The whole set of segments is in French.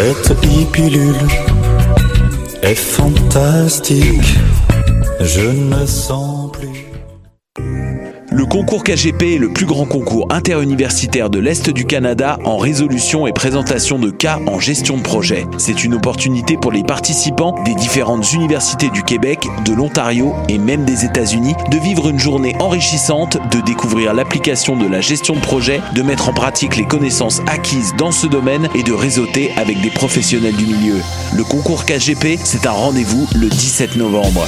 Cette e-pilule est fantastique. Je ne me sens plus. Le concours KGP est le plus grand concours interuniversitaire de l'Est du Canada en résolution et présentation de cas en gestion de projet. C'est une opportunité pour les participants des différentes universités du Québec, de l'Ontario et même des États-Unis de vivre une journée enrichissante, de découvrir l'application de la gestion de projet, de mettre en pratique les connaissances acquises dans ce domaine et de réseauter avec des professionnels du milieu. Le concours KGP, c'est un rendez-vous le 17 novembre.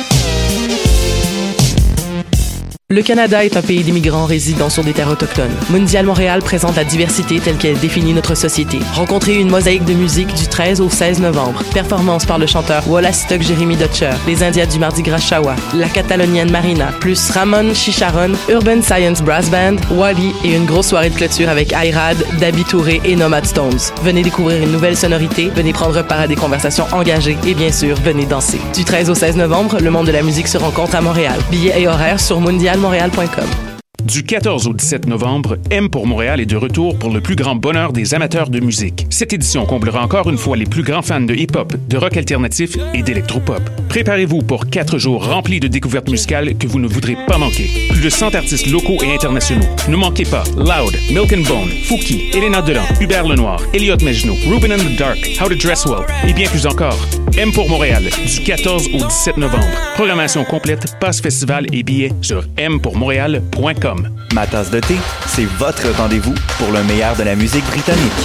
Le Canada est un pays d'immigrants résidant sur des terres autochtones. Mondial Montréal présente la diversité telle qu'elle définit notre société. Rencontrez une mosaïque de musique du 13 au 16 novembre. Performance par le chanteur Wolastoq Jérémy Dutcher, les Indiens du Mardi Gras Shawa, la Catalonienne Marina, plus Ramon Chicharon, Urban Science Brass Band, Wally et une grosse soirée de clôture avec Ayrad, Dabi Touré et Nomad Stones. Venez découvrir une nouvelle sonorité, venez prendre part à des conversations engagées et bien sûr, venez danser. Du 13 au 16 novembre, le monde de la musique se rencontre à Montréal. Billets et horaires sur mondialmontréal.com. Du 14 au 17 novembre, M pour Montréal est de retour pour le plus grand bonheur des amateurs de musique. Cette édition comblera encore une fois les plus grands fans de hip-hop, de rock alternatif et d'électropop. Préparez-vous pour 4 jours remplis de découvertes musicales que vous ne voudrez pas manquer. Plus de 100 artistes locaux et internationaux. Ne manquez pas Loud, Milk and Bone, Fouki, Elena Delan, Hubert Lenoir, Elliot Mejno, Ruben and the Dark, How to Dress Well et bien plus encore. M pour Montréal, du 14 au 17 novembre. Programmation complète, passe festival et billets sur mpourmontréal.com. Ma tasse de thé, c'est votre rendez-vous pour le meilleur de la musique britannique.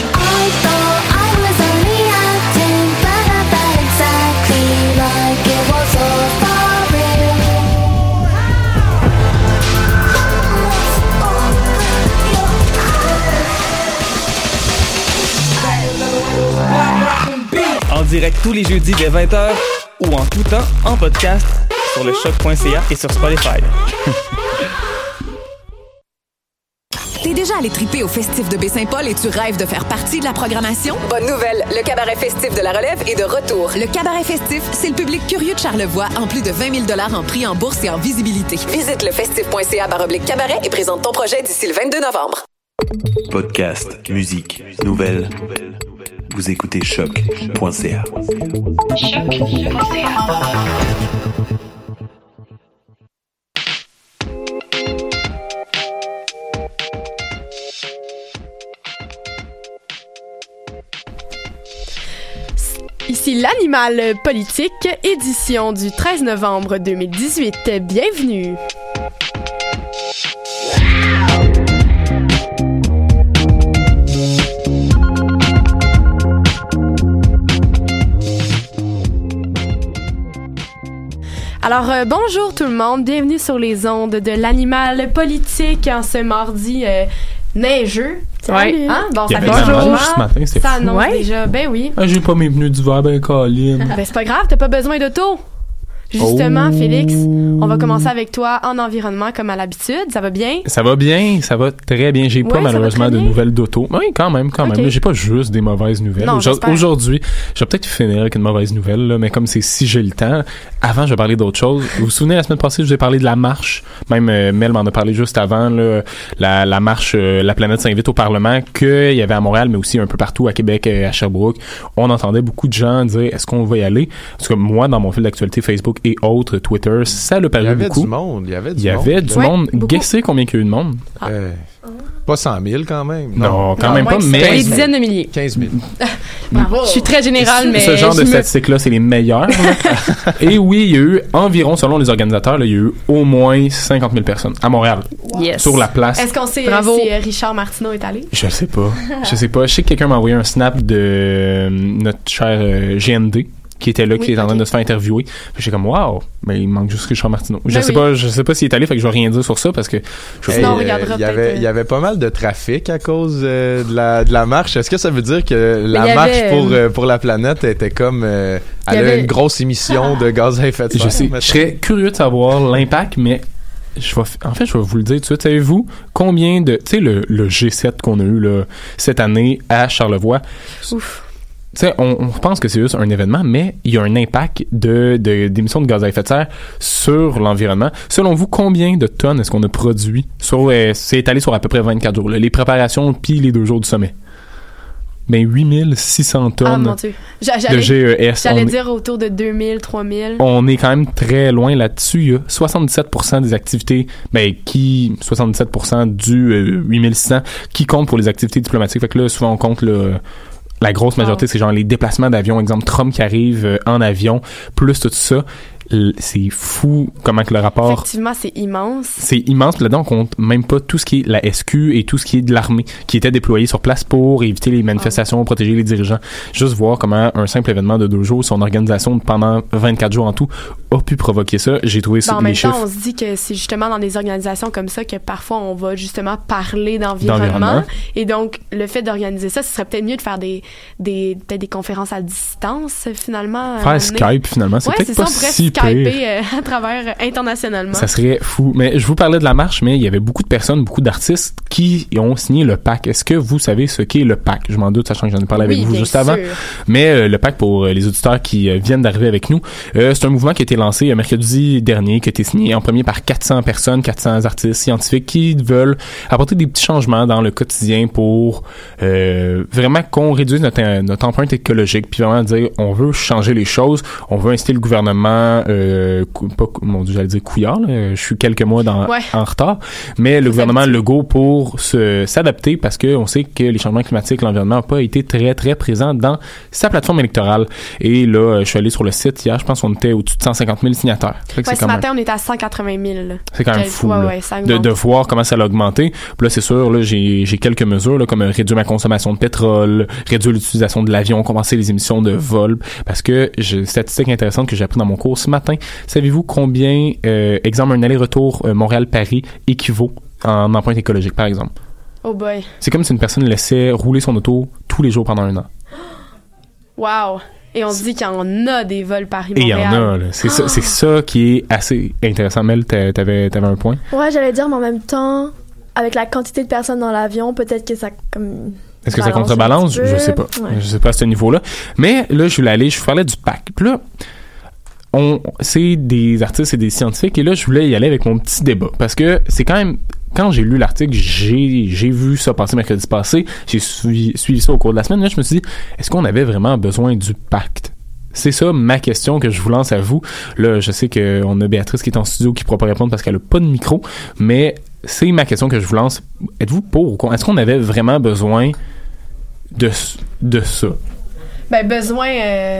En direct tous les jeudis dès 20h ou en tout temps en podcast sur le choc.ca et sur Spotify. T'es déjà allé triper au Festif de Baie-Saint-Paul et tu rêves de faire partie de la programmation? Bonne nouvelle! Le Cabaret Festif de la Relève est de retour. Le Cabaret Festif, c'est le public curieux de Charlevoix en plus de 20 000 $ en prix en bourse et en visibilité. Visite lefestif.ca/cabaret et présente ton projet d'ici le 22 novembre. Podcast, musique, nouvelles. Vous écoutez choc.ca. Ici l'Animal Politique, édition du 13 novembre 2018. Bienvenue! Alors, bonjour tout le monde, bienvenue sur les ondes de l'Animal Politique en ce mardi neigeux. Ouais. Hein? Bon, ça fait bonjour. Ce matin, c'est ça fou. annonce Ouais. déjà. Ben oui. Ah, j'ai pas mes pneus d'hiver, ben Colin. Ben c'est pas grave, t'as pas besoin d'auto. Justement, Félix, on va commencer avec toi en environnement comme à l'habitude. Ça va bien? Ça va bien, ça va très bien. J'ai pas malheureusement de nouvelles d'auto. Oui, quand même. Okay. Là, j'ai pas juste des mauvaises nouvelles. Non, Aujourd'hui, je vais peut-être finir avec une mauvaise nouvelle, là, mais comme c'est si j'ai le temps, avant, je vais parler d'autre chose. Vous vous souvenez, la semaine passée, je vous ai parlé de la marche. Même Mel m'en a parlé juste avant, là, la marche La planète s'invite au Parlement, qu'il y avait à Montréal, mais aussi un peu partout à Québec, à Sherbrooke. On entendait beaucoup de gens dire, est-ce qu'on va y aller? Parce que moi, dans mon fil d'actualité Facebook et autres, Twitter, ça le paru beaucoup. Il y avait du monde. Guessez combien il y a eu de monde? Pas 100 000 quand même. Non, quand même pas, mais... Des dizaines de milliers. 15 000. Bravo. Je suis très générale, mais... Ce genre de statistiques-là, c'est les meilleurs. Et oui, il y a eu environ, selon les organisateurs, là, il y a eu au moins 50 000 personnes à Montréal. Yes. Sur la place. Est-ce qu'on sait si Richard Martineau est allé? Je sais pas. Je sais que quelqu'un m'a envoyé un snap de notre cher GND. Qui était là, qui est en train de se faire interviewer. J'étais comme, waouh, mais il manque juste Richard Martineau. Je sais pas s'il est allé, fait que je vais rien dire sur ça parce que sinon, on regardera il y avait pas mal de trafic à cause de la marche. Est-ce que ça veut dire que la marche pour la planète était comme, elle avait une grosse émission de gaz à effet de serre? Je sais. Je serais curieux de savoir l'impact, mais je vais vous le dire tout de suite. Savez-vous combien de, tu sais, le G7 qu'on a eu, là, cette année à Charlevoix? Ouf. Tu sais, on pense que c'est juste un événement, mais il y a un impact d'émissions de gaz à effet de serre sur l'environnement. Selon vous, combien de tonnes est-ce qu'on a produit c'est étalé sur à peu près 24 jours, là, les préparations puis les 2 jours du sommet? 8600 tonnes mon Dieu. de GES. J'allais dire autour de 2000, 3000. On est quand même très loin là-dessus. Il y a 77% des activités, 77% du 8600 qui comptent pour les activités diplomatiques. Fait que là, souvent, on compte la grosse majorité, c'est genre les déplacements d'avion. Exemple, Trump qui arrive en avion, plus tout ça. C'est fou comment que le rapport... Effectivement, c'est immense. C'est immense. Puis là-dedans, on compte même pas tout ce qui est la SQ et tout ce qui est de l'armée qui était déployé sur place pour éviter les manifestations, protéger les dirigeants. Juste voir comment un simple événement de 2 jours, son organisation pendant 24 jours en tout, a pu provoquer ça. J'ai trouvé ça, les chiffres... En même temps, on se dit que c'est justement dans des organisations comme ça que parfois on va justement parler d'environnement. Et donc, le fait d'organiser ça, ce serait peut-être mieux de faire peut-être des conférences à distance, finalement. Faire Skype, finalement. C'est peut-être pas si Skyper à travers internationalement. Ça serait fou. Mais je vous parlais de la marche, mais il y avait beaucoup de personnes, beaucoup d'artistes qui ont signé le PAC. Est-ce que vous savez ce qu'est le PAC? Je m'en doute, sachant que j'en ai parlé avec vous juste avant. Mais le PAC, pour les auditeurs qui viennent d'arriver avec nous, c'est un mouvement qui a été lancé mercredi dernier, qui a été signé en premier par 400 personnes, 400 artistes scientifiques qui veulent apporter des petits changements dans le quotidien pour vraiment qu'on réduise notre empreinte écologique, puis vraiment dire on veut changer les choses, on veut inciter le gouvernement mon Dieu, j'allais dire couillard, là. Je suis quelques mois en retard, mais le gouvernement Legault pour s'adapter parce que on sait que les changements climatiques, l'environnement n'a pas été très très présent dans sa plateforme électorale. Et là, je suis allé sur le site hier, je pense qu'on était au-dessus de 150 000 signataires. Ce matin, on était à 180 000. Là. C'est quand même fou de voir comment ça a augmenté. Puis là, c'est sûr, là, j'ai quelques mesures là, comme réduire ma consommation de pétrole, réduire l'utilisation de l'avion, compenser les émissions de vol, parce que j'ai une statistique intéressante que j'ai appris dans mon cours ce matin. Savez-vous combien, exemple, un aller-retour Montréal-Paris équivaut en empreinte écologique, par exemple? Oh boy. C'est comme si une personne laissait rouler son auto tous les jours pendant 1 an. Wow! Et on se dit qu'il y en a des vols Paris-Montréal. Et il y en a, là. C'est ça qui est assez intéressant. Mel, t'avais un point? Ouais, j'allais dire, mais en même temps, avec la quantité de personnes dans l'avion, peut-être que ça comme... Est-ce que ça contrebalance? Je sais pas. Ouais. Je sais pas à ce niveau-là. Mais là, je vous parlais du PAC. Puis là, c'est des artistes et des scientifiques, et là, je voulais y aller avec mon petit débat. Parce que c'est quand même... Quand j'ai lu l'article, j'ai vu ça passer mercredi passé, j'ai suivi ça au cours de la semaine, là, je me suis dit, est-ce qu'on avait vraiment besoin du pacte? C'est ça ma question que je vous lance à vous. Là, je sais qu'on a Béatrice qui est en studio qui ne pourra pas répondre parce qu'elle n'a pas de micro, mais c'est ma question que je vous lance. Êtes-vous pour ou contre? Est-ce qu'on avait vraiment besoin de ça? Ben, besoin...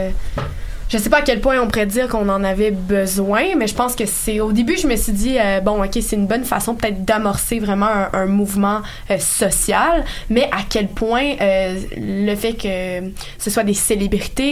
Je sais pas à quel point on pourrait dire qu'on en avait besoin, mais je pense que c'est... Au début, je me suis dit, bon, OK, c'est une bonne façon peut-être d'amorcer vraiment un mouvement social, mais à quel point le fait que ce soit des célébrités,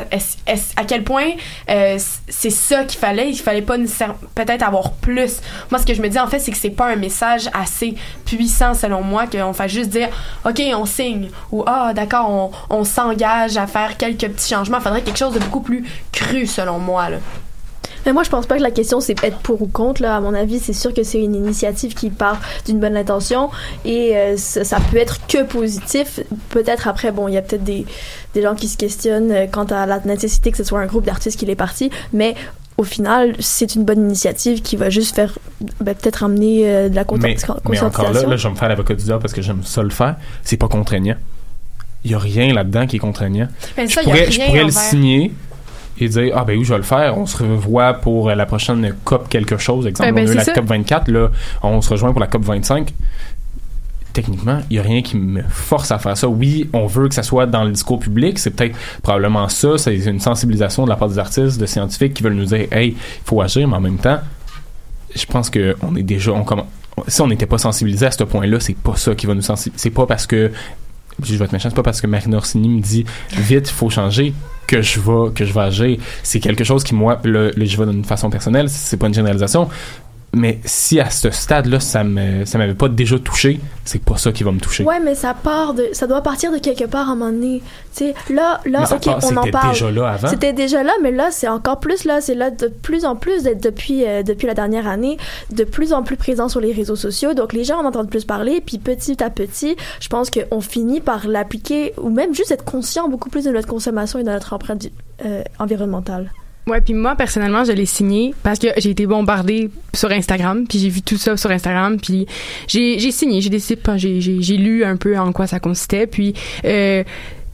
à quel point c'est ça qu'il fallait. Il fallait pas nécessairement peut-être avoir plus. Moi, ce que je me dis, en fait, c'est que c'est pas un message assez puissant, selon moi, qu'on fasse juste dire, OK, on signe, ou d'accord, on s'engage à faire quelques petits changements. Il faudrait quelque chose de beaucoup plus cru, selon moi, là. Mais moi, je pense pas que la question, c'est être pour ou contre, là. À mon avis, c'est sûr que c'est une initiative qui part d'une bonne intention et ça peut être que positif. Peut-être après, bon, il y a peut-être des gens qui se questionnent quant à la nécessité que ce soit un groupe d'artistes qui l'ait parti, mais au final, c'est une bonne initiative qui va juste faire, peut-être amener de la conscientisation. Mais encore là, je vais me faire l'avocat du diable parce que j'aime ça le faire. C'est pas contraignant. Il y a rien là-dedans qui est contraignant. Je pourrais le signer et dire, oui, je vais le faire. On se revoit pour la prochaine COP quelque chose. Exemple, on a eu la COP 24, là, on se rejoint pour la COP 25. Techniquement, il n'y a rien qui me force à faire ça. Oui, on veut que ça soit dans le discours public. C'est peut-être probablement ça. C'est une sensibilisation de la part des artistes, de scientifiques qui veulent nous dire, hey, il faut agir, mais en même temps, je pense qu'on est déjà... si on n'était pas sensibilisé à ce point-là, c'est pas ça qui va nous sensibiliser. C'est pas parce que... Je vais être méchant, c'est pas parce que Marina Orsini me dit vite, il faut changer que je vais agir. C'est quelque chose qui, moi, je vais d'une façon personnelle, c'est pas une généralisation. Mais si à ce stade-là, ça m'avait pas déjà touché, c'est pas ça qui va me toucher. Ouais, mais ça doit partir de quelque part à un moment donné. Tu sais, là, OK, on en parle. C'était déjà là avant. C'était déjà là, mais là, c'est encore plus là. C'est là de plus en plus depuis la dernière année, de plus en plus présent sur les réseaux sociaux. Donc, les gens en entendent plus parler, puis petit à petit, je pense qu'on finit par l'appliquer, ou même juste être conscient beaucoup plus de notre consommation et de notre empreinte environnementale. Ouais, puis moi, personnellement, je l'ai signé parce que j'ai été bombardée sur Instagram, puis j'ai vu tout ça sur Instagram, puis j'ai signé, j'ai lu un peu en quoi ça consistait, puis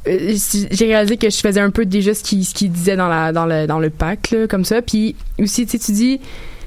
j'ai réalisé que je faisais un peu déjà ce qu'il disait dans le pack, là, comme ça. Puis aussi, tu sais, tu dis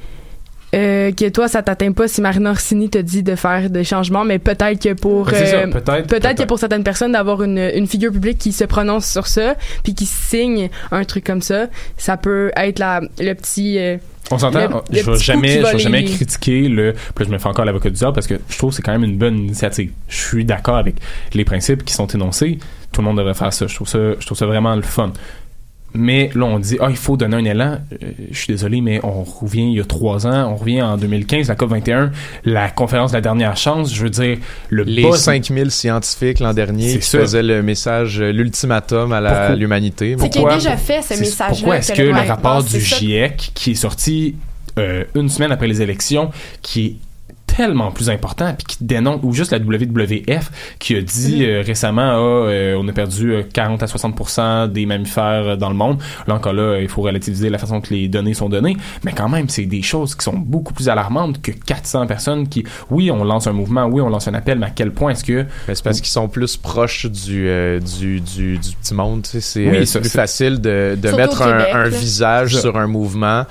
que toi, ça t'atteint pas si Marina Orsini te dit de faire des changements, mais peut-être que pour peut-être que pour certaines personnes d'avoir une figure publique qui se prononce sur ça, puis qui signe un truc comme ça peut être le petit on s'entend, je vais jamais critiquer puis là, je me fais encore l'avocat du diable parce que je trouve que c'est quand même une bonne initiative. Je suis d'accord avec les principes qui sont énoncés. Tout le monde devrait faire ça. Je trouve ça vraiment le fun. Mais là, on dit, il faut donner un élan. Je suis désolé, mais on revient il y a 3 ans, on revient en 2015, la COP21, la conférence de la dernière chance, je veux dire, les 5000 scientifiques l'an dernier qui faisaient le message, l'ultimatum à l'humanité. C'est qu'il a déjà fait ce message-là. Pourquoi est-ce que le rapport du GIEC, qui est sorti une semaine après les élections, qui est tellement plus important puis qui dénonce, ou juste la WWF qui a dit récemment on a perdu 40 à 60% des mammifères dans le monde. Là encore là, il faut relativiser la façon que les données sont données, mais quand même c'est des choses qui sont beaucoup plus alarmantes que 400 personnes qui, oui on lance un mouvement, oui on lance un appel, mais à quel point est-ce que... C'est parce qu'ils sont plus proches du petit monde, tu sais, c'est plus facile de mettre un visage sur un mouvement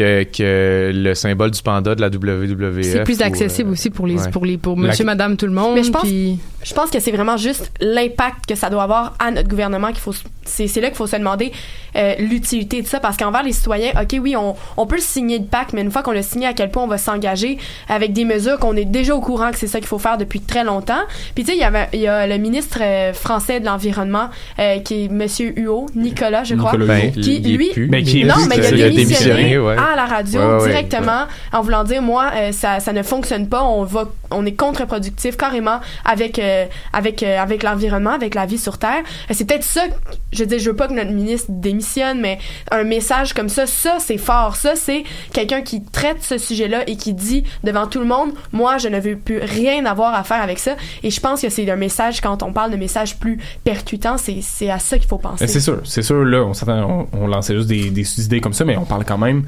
que le symbole du panda de la WWF. C'est plus accessible aussi pour monsieur, madame, tout le monde. Mais je pense que c'est vraiment juste l'impact que ça doit avoir à notre gouvernement c'est là qu'il faut se demander l'utilité de ça, parce qu'envers les citoyens, OK, oui, on peut le signer le pacte, mais une fois qu'on l'a signé, à quel point on va s'engager avec des mesures qu'on est déjà au courant que c'est ça qu'il faut faire depuis très longtemps. Puis tu sais, il y a le ministre français de l'environnement qui est monsieur Huot, Nicolas, je crois, qui lui il a démissionné à la radio directement en voulant dire moi ça ne fonctionne pas, on est contre-productif carrément avec l'environnement, avec la vie sur Terre. C'est peut-être ça, je veux dire, je veux pas que notre ministre démissionne, mais un message comme ça c'est fort. Ça, c'est quelqu'un qui traite ce sujet-là et qui dit devant tout le monde, moi, je ne veux plus rien avoir à faire avec ça. Et je pense que c'est un message, quand on parle de message plus percutant, c'est à ça qu'il faut penser. C'est sûr, là, on lançait juste des idées comme ça, mais on parle quand même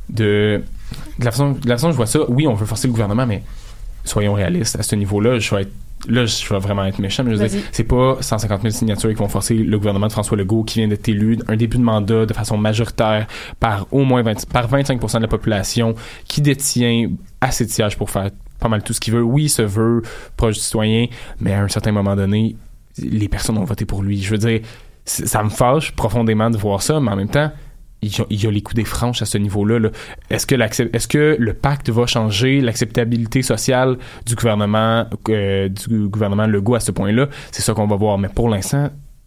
de la façon dont je vois ça. Oui, on veut forcer le gouvernement, mais soyons réalistes à ce niveau-là. Je vais vraiment être méchant, mais je veux dire, c'est pas 150 000 signatures qui vont forcer le gouvernement de François Legault, qui vient d'être élu un début de mandat de façon majoritaire par au moins 25% de la population, qui détient assez de sièges pour faire pas mal tout ce qu'il veut. Oui, il se veut proche du citoyen, mais à un certain moment donné, les personnes ont voté pour lui. Je veux dire, ça me fâche profondément de voir ça, mais en même temps, il y a les coups des franches à ce niveau-là. Là. Est-ce que le pacte va changer l'acceptabilité sociale du gouvernement Legault à ce point-là? C'est ça qu'on va voir. Mais pour l'instant,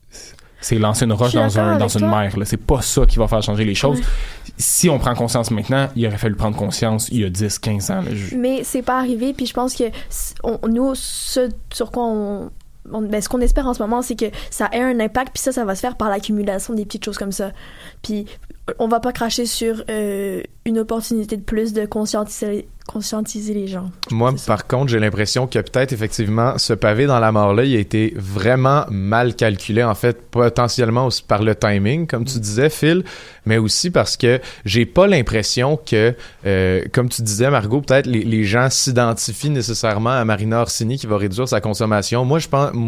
c'est lancer une roche dans une mer. Là. C'est pas ça qui va faire changer les choses. Si on prend conscience maintenant, il aurait fallu prendre conscience il y a 10, 15 ans. Là. Mais c'est pas arrivé. Puis je pense que nous, ce sur quoi ce qu'on espère en ce moment, c'est que ça ait un impact, puis ça va se faire par l'accumulation des petites choses comme ça. Puis on va pas cracher sur une opportunité de plus de conscientiser les gens. Moi, par contre, j'ai l'impression que peut-être, effectivement, ce pavé dans la mort-là, il a été vraiment mal calculé, en fait, potentiellement aussi par le timing, comme tu disais, Phil, mais aussi parce que j'ai pas l'impression que, comme tu disais, Margot, peut-être les gens s'identifient nécessairement à Marina Orsini qui va réduire sa consommation. Moi,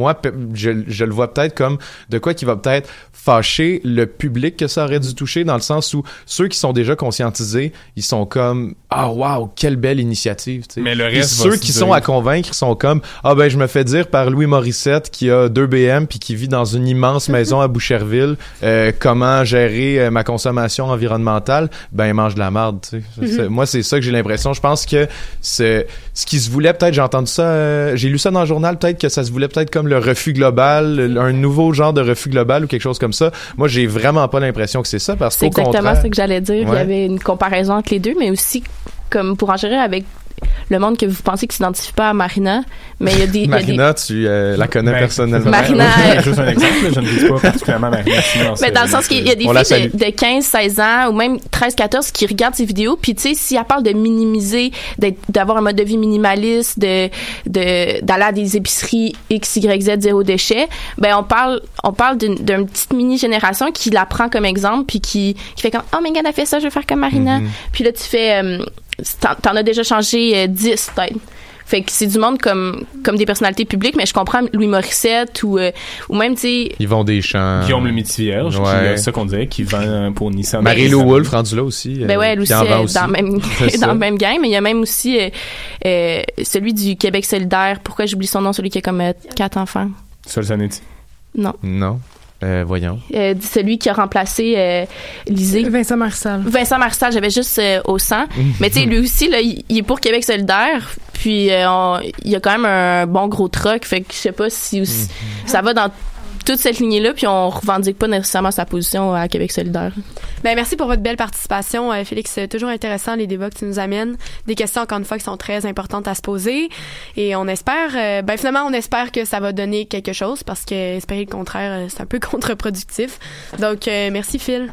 je le vois peut-être comme de quoi qui va peut-être fâcher le public que ça aurait dû toucher, dans le sens où ceux qui sont déjà conscientisés, ils sont comme « Ah, wow, quelle belle initiative! » Mais le reste, ceux qui sont à convaincre, ils sont comme « Ah, ben, je me fais dire par Louis Morissette qui a 2 BM puis qui vit dans une immense maison à Boucherville comment gérer ma consommation environnementale. » Ben, mange de la marde, tu sais. Moi, c'est ça que j'ai l'impression. Je pense que ce qui se voulait, peut-être, j'ai entendu ça, j'ai lu ça dans le journal, peut-être que ça se voulait peut-être comme le refus global, un nouveau genre de refus global ou quelque chose comme ça. Moi, j'ai vraiment pas l'impression que c'est ça, parce qu'au contraire... C'est exactement ça que j'allais dire. Ouais. Il y avait une comparaison entre les deux, mais aussi comme pour en gérer avec le monde que vous pensez qui s'identifie pas à Marina, mais il y a des... Marina, tu la connais personnellement. Marina... Juste un exemple, je ne dis pas particulièrement Marina. Mais dans le sens qu'il y a des filles de 15, 16 ans, ou même 13, 14 qui regardent ces vidéos, puis tu sais, si elle parle de minimiser, d'avoir un mode de vie minimaliste, d'aller à des épiceries X, Y, Z, 0 déchet, ben on parle d'une petite mini-génération qui la prend comme exemple, puis qui fait comme « Oh my God, elle fait ça, je vais faire comme Marina. Puis là, tu fais... T'en as déjà changé 10, peut-être. Fait que c'est du monde comme des personnalités publiques, mais je comprends Louis Morissette ou même, tu sais... Yvon Deschamps. Guillaume le Métivierge, c'est ça qu'on disait, qui vend pour Nissan. Marie-Lou Wolfe, rendu là aussi. Ben ouais, elle aussi, dans le même gang, mais il y a même aussi celui du Québec solidaire. Pourquoi j'oublie son nom, celui qui a comme 4 enfants? Sol Zanetti. Non. Voyons. Celui qui a remplacé Lisée. Vincent Marissal, j'avais juste au sang. Mais tu sais, lui aussi, là, il est pour Québec solidaire. Puis il y a quand même un bon gros truck. Fait que je sais pas si ça va dans toute cette lignée-là, puis on revendique pas nécessairement sa position à Québec solidaire. Ben merci pour votre belle participation, Félix. C'est toujours intéressant les débats que tu nous amènes. Des questions, encore une fois, qui sont très importantes à se poser. Et on espère, finalement, on espère que ça va donner quelque chose, parce que espérer le contraire, c'est un peu contre-productif. Donc, merci Phil.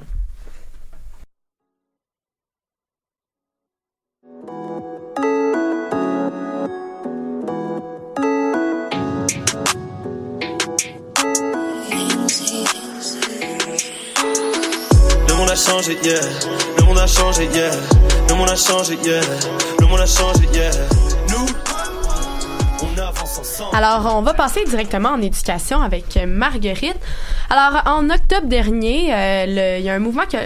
Le monde a changé, yeah. Le monde a changé, yeah. Le monde a changé, yeah. Le monde a changé, yeah. Nous, on avance ensemble. Alors, on va passer directement en éducation avec Marguerite. Alors, en octobre dernier, il y a un mouvement que...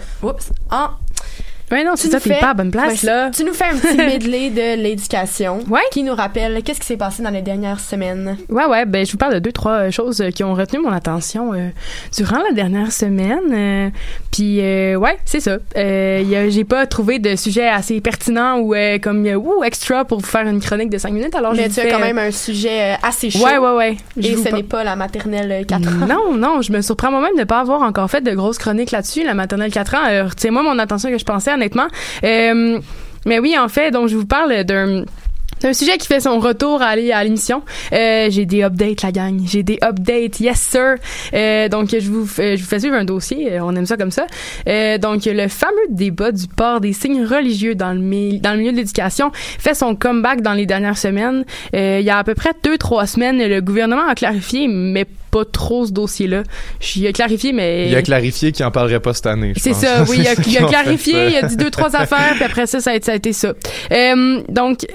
Ouais, non, c'est ça, t'es pas à bonne place, là. Tu nous fais un petit medley de l'éducation. Ouais. Qui nous rappelle qu'est-ce qui s'est passé dans les dernières semaines. Ouais, ben, je vous parle de 2-3 choses qui ont retenu mon attention durant la dernière semaine. Puis, ouais, c'est ça. J'ai pas trouvé de sujet assez pertinent ou extra pour vous faire une chronique de 5 minutes. Alors, mais tu as quand même un sujet assez chaud. Ouais. Et ce n'est pas la maternelle 4 ans. Non, je me surprends moi-même de pas avoir encore fait de grosses chroniques là-dessus. La maternelle 4 ans, retiens-moi mon attention que je pensais, honnêtement. Mais oui, en fait, donc je vous parle d'un sujet qui fait son retour à l'émission. J'ai des updates, la gang. J'ai des updates, yes sir. Donc je vous fais suivre un dossier. On aime ça comme ça. Donc le fameux débat du port des signes religieux dans le milieu de l'éducation fait son comeback dans les dernières semaines. Il y a à peu près 2-3 semaines, le gouvernement a clarifié, mais pas trop ce dossier-là. Il a clarifié, mais... Il a clarifié qu'il en parlerait pas cette année, je pense. C'est ça, oui. Il a clarifié, il a dit 2-3 affaires, puis après ça a été ça. Donc,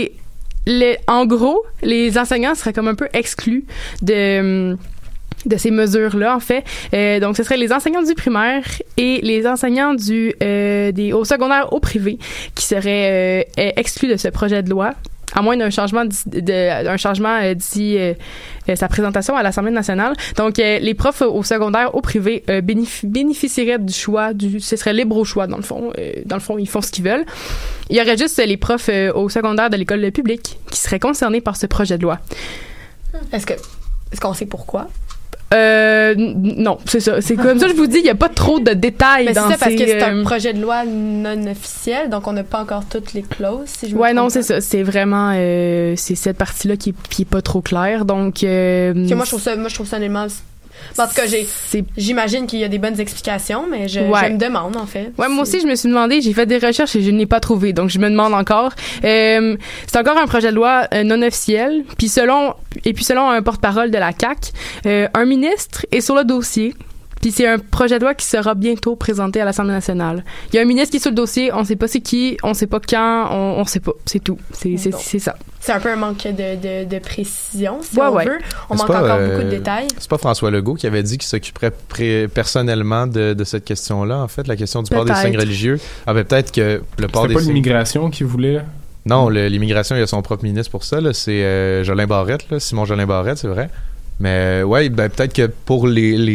en gros, les enseignants seraient comme un peu exclus de ces mesures-là, en fait. Donc, ce seraient les enseignants du primaire et les enseignants au secondaire au privé qui seraient exclus de ce projet de loi, à moins d'un changement d'ici sa présentation à l'Assemblée nationale. Donc, les profs au secondaire au privé bénéficieraient du choix, ce serait libre au choix, dans le fond. Dans le fond, ils font ce qu'ils veulent. Il y aurait juste les profs au secondaire de l'école publique qui seraient concernés par ce projet de loi. Est-ce qu'on sait pourquoi? Non, c'est ça. C'est comme ça, je vous dis, il n'y a pas trop de détails dans c'est parce que c'est un projet de loi non officiel, donc on n'a pas encore toutes les clauses, si je me trompe non, pas. c'est ça. C'est vraiment, c'est cette partie-là qui est pas trop claire, donc... moi, je trouve ça honnêtement... En tout cas, j'imagine qu'il y a des bonnes explications, mais je me demande, en fait. Ouais, moi aussi, je me suis demandé, j'ai fait des recherches et je n'ai pas trouvé, donc je me demande encore. C'est encore un projet de loi non officiel, puis selon un porte-parole de la CAQ, un ministre est sur le dossier. Puis c'est un projet de loi qui sera bientôt présenté à l'Assemblée nationale. Il y a un ministre qui est sur le dossier, on sait pas c'est qui, on sait pas quand, on sait pas, c'est tout. C'est ça. C'est un peu un manque de précision, si on veut. On manque encore beaucoup de détails. C'est pas François Legault qui avait dit qu'il s'occuperait personnellement de cette question-là, en fait, la question du port des signes religieux. Ah ben peut-être que le port des signes... C'était pas l'immigration qui voulait... Non, l'immigration, il y a son propre ministre pour ça, là. C'est Jolin Barrette, là, Simon Jolin Barrette, c'est vrai. Mais ouais, ben peut-être que pour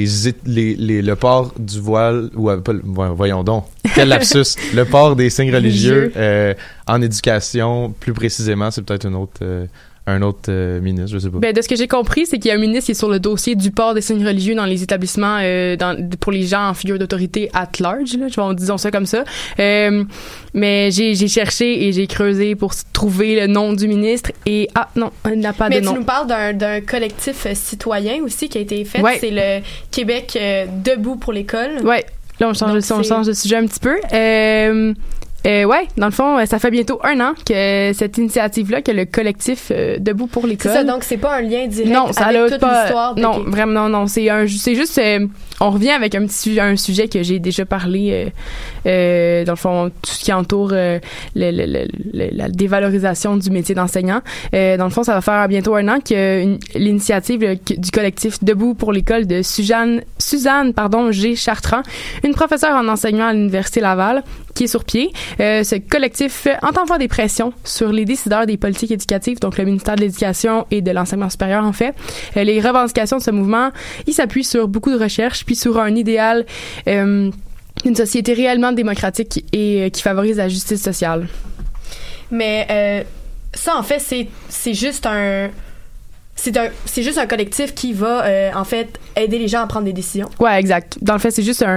le port du voile voyons donc, quel lapsus, le port des signes religieux en éducation, plus précisément, c'est peut-être un autre ministre, je sais pas. Ben de ce que j'ai compris, c'est qu'il y a un ministre qui est sur le dossier du port des signes religieux dans les établissements pour les gens en figure d'autorité at large, là, disons ça comme ça. Mais j'ai cherché et j'ai creusé pour trouver le nom du ministre et non, il n'a pas de nom. Mais tu nous parles d'un collectif citoyen aussi qui a été fait, c'est le Québec Debout pour l'école. Ouais. Là on change de sujet un petit peu. Dans le fond, ça fait bientôt 1 an que cette initiative-là, que le collectif Debout pour l'école. C'est ça, donc c'est pas un lien direct avec toute l'histoire de Non, vraiment, non. C'est juste... on revient avec un sujet que j'ai déjà parlé, dans le fond, tout ce qui entoure la dévalorisation du métier d'enseignant. Dans le fond, ça va faire bientôt 1 an que l'initiative du collectif Debout pour l'école de Suzanne G. Chartrand, une professeure en enseignement à l'Université Laval, qui est sur pied. Ce collectif entend faire des pressions sur les décideurs des politiques éducatives, donc le ministère de l'Éducation et de l'Enseignement supérieur, en fait. Les revendications de ce mouvement, ils s'appuient sur beaucoup de recherches, puis sur un idéal d'une société réellement démocratique et qui favorise la justice sociale. Mais ça, en fait, c'est juste un collectif qui va, en fait, aider les gens à prendre des décisions. Ouais, exact. Dans le fait, c'est juste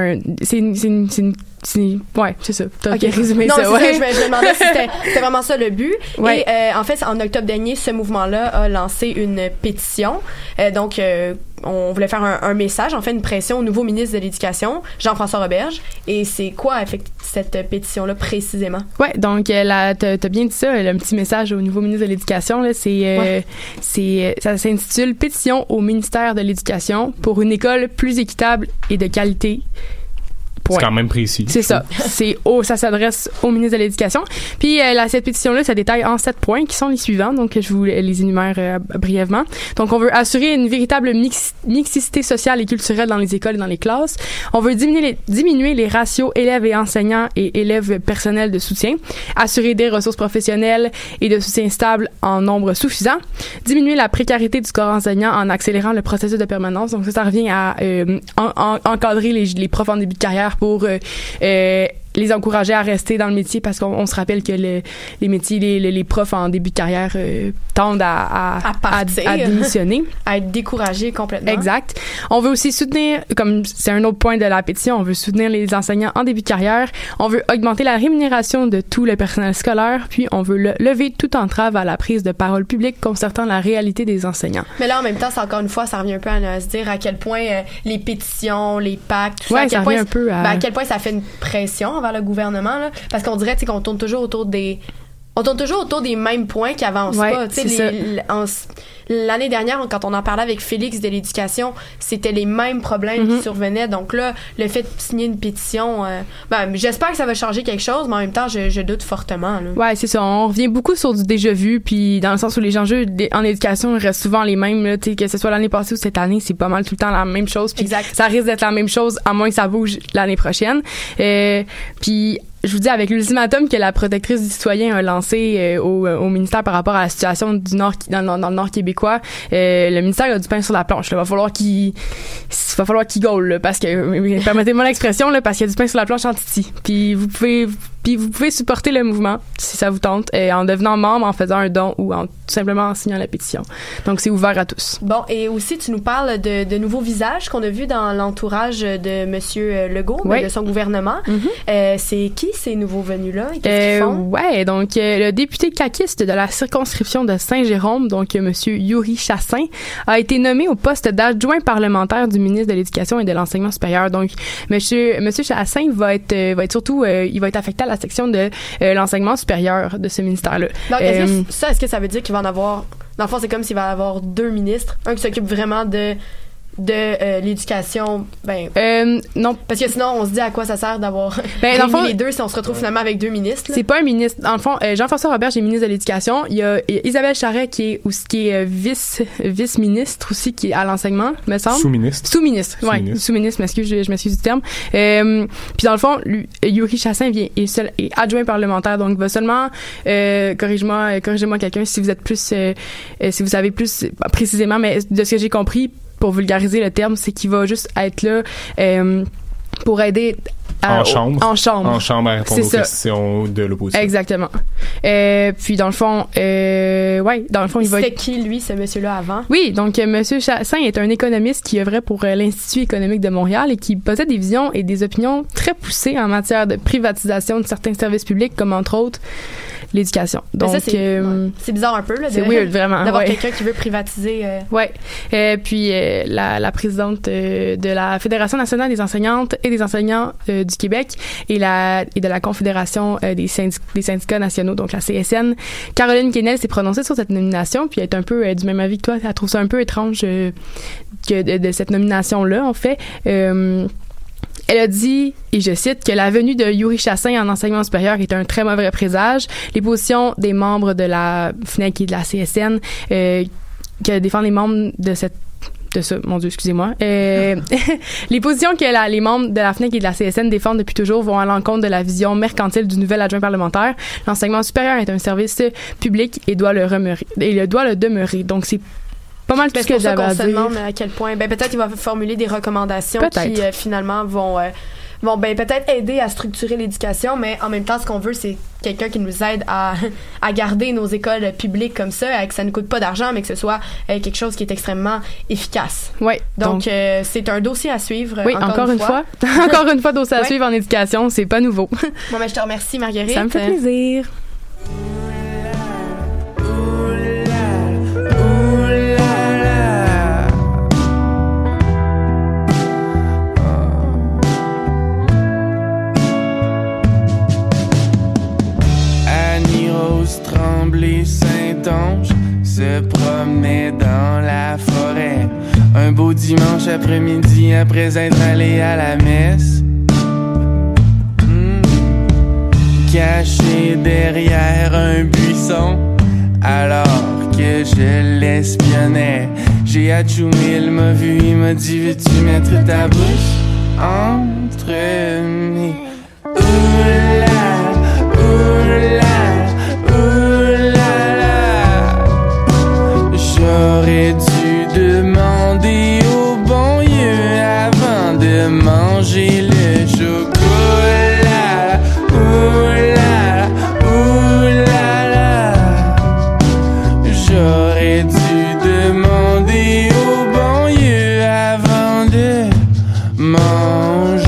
ouais, c'est ça. T'as résumé ça. Non, c'est ça. Je me demandais si c'était vraiment ça le but. Ouais. Et en fait, en octobre dernier, ce mouvement-là a lancé une pétition. Donc, on voulait faire un message, en fait, une pression au nouveau ministre de l'Éducation, Jean-François Roberge. Et c'est quoi, en fait, cette pétition-là, précisément? Ouais, donc, t'as bien dit ça, le petit message au nouveau ministre de l'Éducation, là, ça s'intitule « Pétition au ministère de l'Éducation pour une école plus équitable et de qualité ». C'est quand même précis. C'est ça. Ça s'adresse au ministre de l'Éducation. Puis cette pétition-là, ça détaille en 7 points qui sont les suivants. Donc, je vous les énumère brièvement. Donc, on veut assurer une véritable mixité sociale et culturelle dans les écoles et dans les classes. On veut diminuer les ratios élèves et enseignants et élèves personnels de soutien. Assurer des ressources professionnelles et de soutien stable en nombre suffisant. Diminuer la précarité du corps enseignant en accélérant le processus de permanence. Donc, ça revient à encadrer les profs en début de carrière pour les encourager à rester dans le métier, parce qu'on se rappelle que les métiers, les profs en début de carrière tendent à démissionner. À être découragés complètement. Exact. On veut aussi soutenir, comme c'est un autre point de la pétition, on veut soutenir les enseignants en début de carrière. On veut augmenter la rémunération de tout le personnel scolaire, puis on veut lever toute entrave à la prise de parole publique concernant la réalité des enseignants. Mais là, en même temps, c'est encore une fois, ça revient un peu à se dire à quel point les pétitions, les pactes, tout ça, ça revient un peu à quel point ça fait une pression vers le gouvernement, là, parce qu'on dirait qu'on tourne toujours autour des mêmes points qui avancent pas. L'année dernière, quand on en parlait avec Félix de l'Éducation, c'était les mêmes problèmes qui survenaient. Donc là, le fait de signer une pétition, j'espère que ça va changer quelque chose, mais en même temps, je doute fortement. Là. Ouais, c'est ça. On revient beaucoup sur du déjà vu, puis dans le sens où les enjeux en éducation restent souvent les mêmes. Là, que ce soit l'année passée ou cette année, c'est pas mal tout le temps la même chose. Exact. Ça risque d'être la même chose, à moins que ça bouge l'année prochaine. Puis je vous dis, avec l'ultimatum que la protectrice du citoyen a lancé au ministère par rapport à la situation du Nord, dans le Nord québécois, le ministère a du pain sur la planche. Il va falloir qu'il gaule, là, parce que, permettez-moi l'expression, là, parce qu'il y a du pain sur la planche en titi. Puis vous pouvez supporter le mouvement, si ça vous tente, en devenant membre, en faisant un don ou tout simplement en signant la pétition. Donc, c'est ouvert à tous. Bon, et aussi, tu nous parles de nouveaux visages qu'on a vus dans l'entourage de Monsieur Legault, de son gouvernement. C'est qui ces nouveaux venus-là? Qu'est-ce qu'ils font? Ouais, donc le député caquiste de la circonscription de Saint-Jérôme, donc Monsieur Yuri Chassin, a été nommé au poste d'adjoint parlementaire du ministre de l'Éducation et de l'Enseignement supérieur. Donc, Monsieur Chassin va être surtout, il va être affecté à la section de l'enseignement supérieur de ce ministère-là. Donc, est-ce que ça veut dire qu'il va en avoir... Dans le fond, c'est comme s'il va y avoir 2 ministres. Un qui s'occupe vraiment de l'éducation, non, parce que sinon on se dit à quoi ça sert d'avoir les deux si on se retrouve finalement avec 2 ministres. C'est pas un ministre. Dans le fond, Jean-François Roberge est ministre de l'Éducation. Il y a Isabelle Charret qui est vice-ministre aussi, qui est à l'enseignement, me semble. Sous-ministre. Ouais, sous-ministre, je m'excuse du terme. Puis dans le fond, Yuri Chassin est adjoint parlementaire, donc va seulement corrigez-moi quelqu'un si vous êtes plus si vous savez plus précisément, mais de ce que j'ai compris, pour vulgariser le terme, c'est qu'il va juste être là pour aider en chambre à répondre aux questions de l'opposition. Exactement. Puis dans le fond, il va. C'était qui lui, ce monsieur-là avant? Oui, donc Monsieur Chassin est un économiste qui œuvrait pour l'Institut économique de Montréal et qui possède des visions et des opinions très poussées en matière de privatisation de certains services publics, comme entre autres l'éducation. Donc, ça, c'est bizarre un peu, là. C'est weird, vraiment. D'avoir quelqu'un qui veut privatiser. Ouais. Puis, la présidente de la Fédération nationale des enseignantes et des enseignants du Québec et de la Confédération des syndicats nationaux, donc la CSN, Caroline Quesnel s'est prononcée sur cette nomination, puis elle est un peu du même avis que toi. Elle trouve ça un peu étrange que de cette nomination-là, en fait. Elle a dit, et je cite, que la venue de Yuri Chassin en enseignement supérieur est un très mauvais présage. Les positions des membres de la FNEC et de la CSN que défendent les membres de ça, mon Dieu, excusez-moi. Les positions que les membres de la FNEC et de la CSN défendent depuis toujours vont à l'encontre de la vision mercantile du nouvel adjoint parlementaire. L'enseignement supérieur est un service public et doit le demeurer. Donc, c'est pas mal tout ce que j'avais à dire. Se demande à quel point, peut-être qu'il va formuler des recommandations qui finalement vont peut-être aider à structurer l'éducation, mais en même temps, ce qu'on veut, c'est quelqu'un qui nous aide à garder nos écoles publiques comme ça, que ça ne coûte pas d'argent, mais que ce soit quelque chose qui est extrêmement efficace. Oui. Donc c'est un dossier à suivre. Oui, encore une fois. Encore une fois, dossier à suivre en éducation, c'est pas nouveau. Bon, je te remercie, Marguerite. Ça me fait plaisir. Saint-Onge se promenait dans la forêt un beau dimanche après-midi après être allé à la messe. Caché derrière un buisson alors que je l'espionnais, j'ai atchoumé, il m'a vu, il m'a dit veux-tu mettre ta bouche entre mes j'aurais dû demander au bon Dieu avant de manger le chocolat. Oulala, oulala. J'aurais dû demander au bon Dieu avant de manger.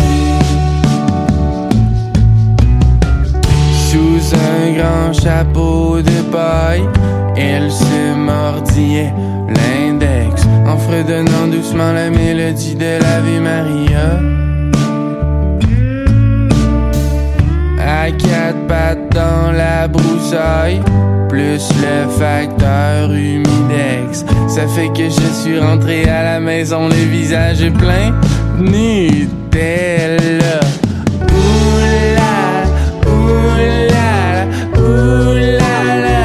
Sous un grand chapeau de paille, elle se mordillait l'index en fredonnant doucement la mélodie de l'Ave Maria. À quatre pattes dans la broussaille, plus le facteur humidex, ça fait que je suis rentré à la maison le visage plein de Nutella. Oulala, oulala, oulala.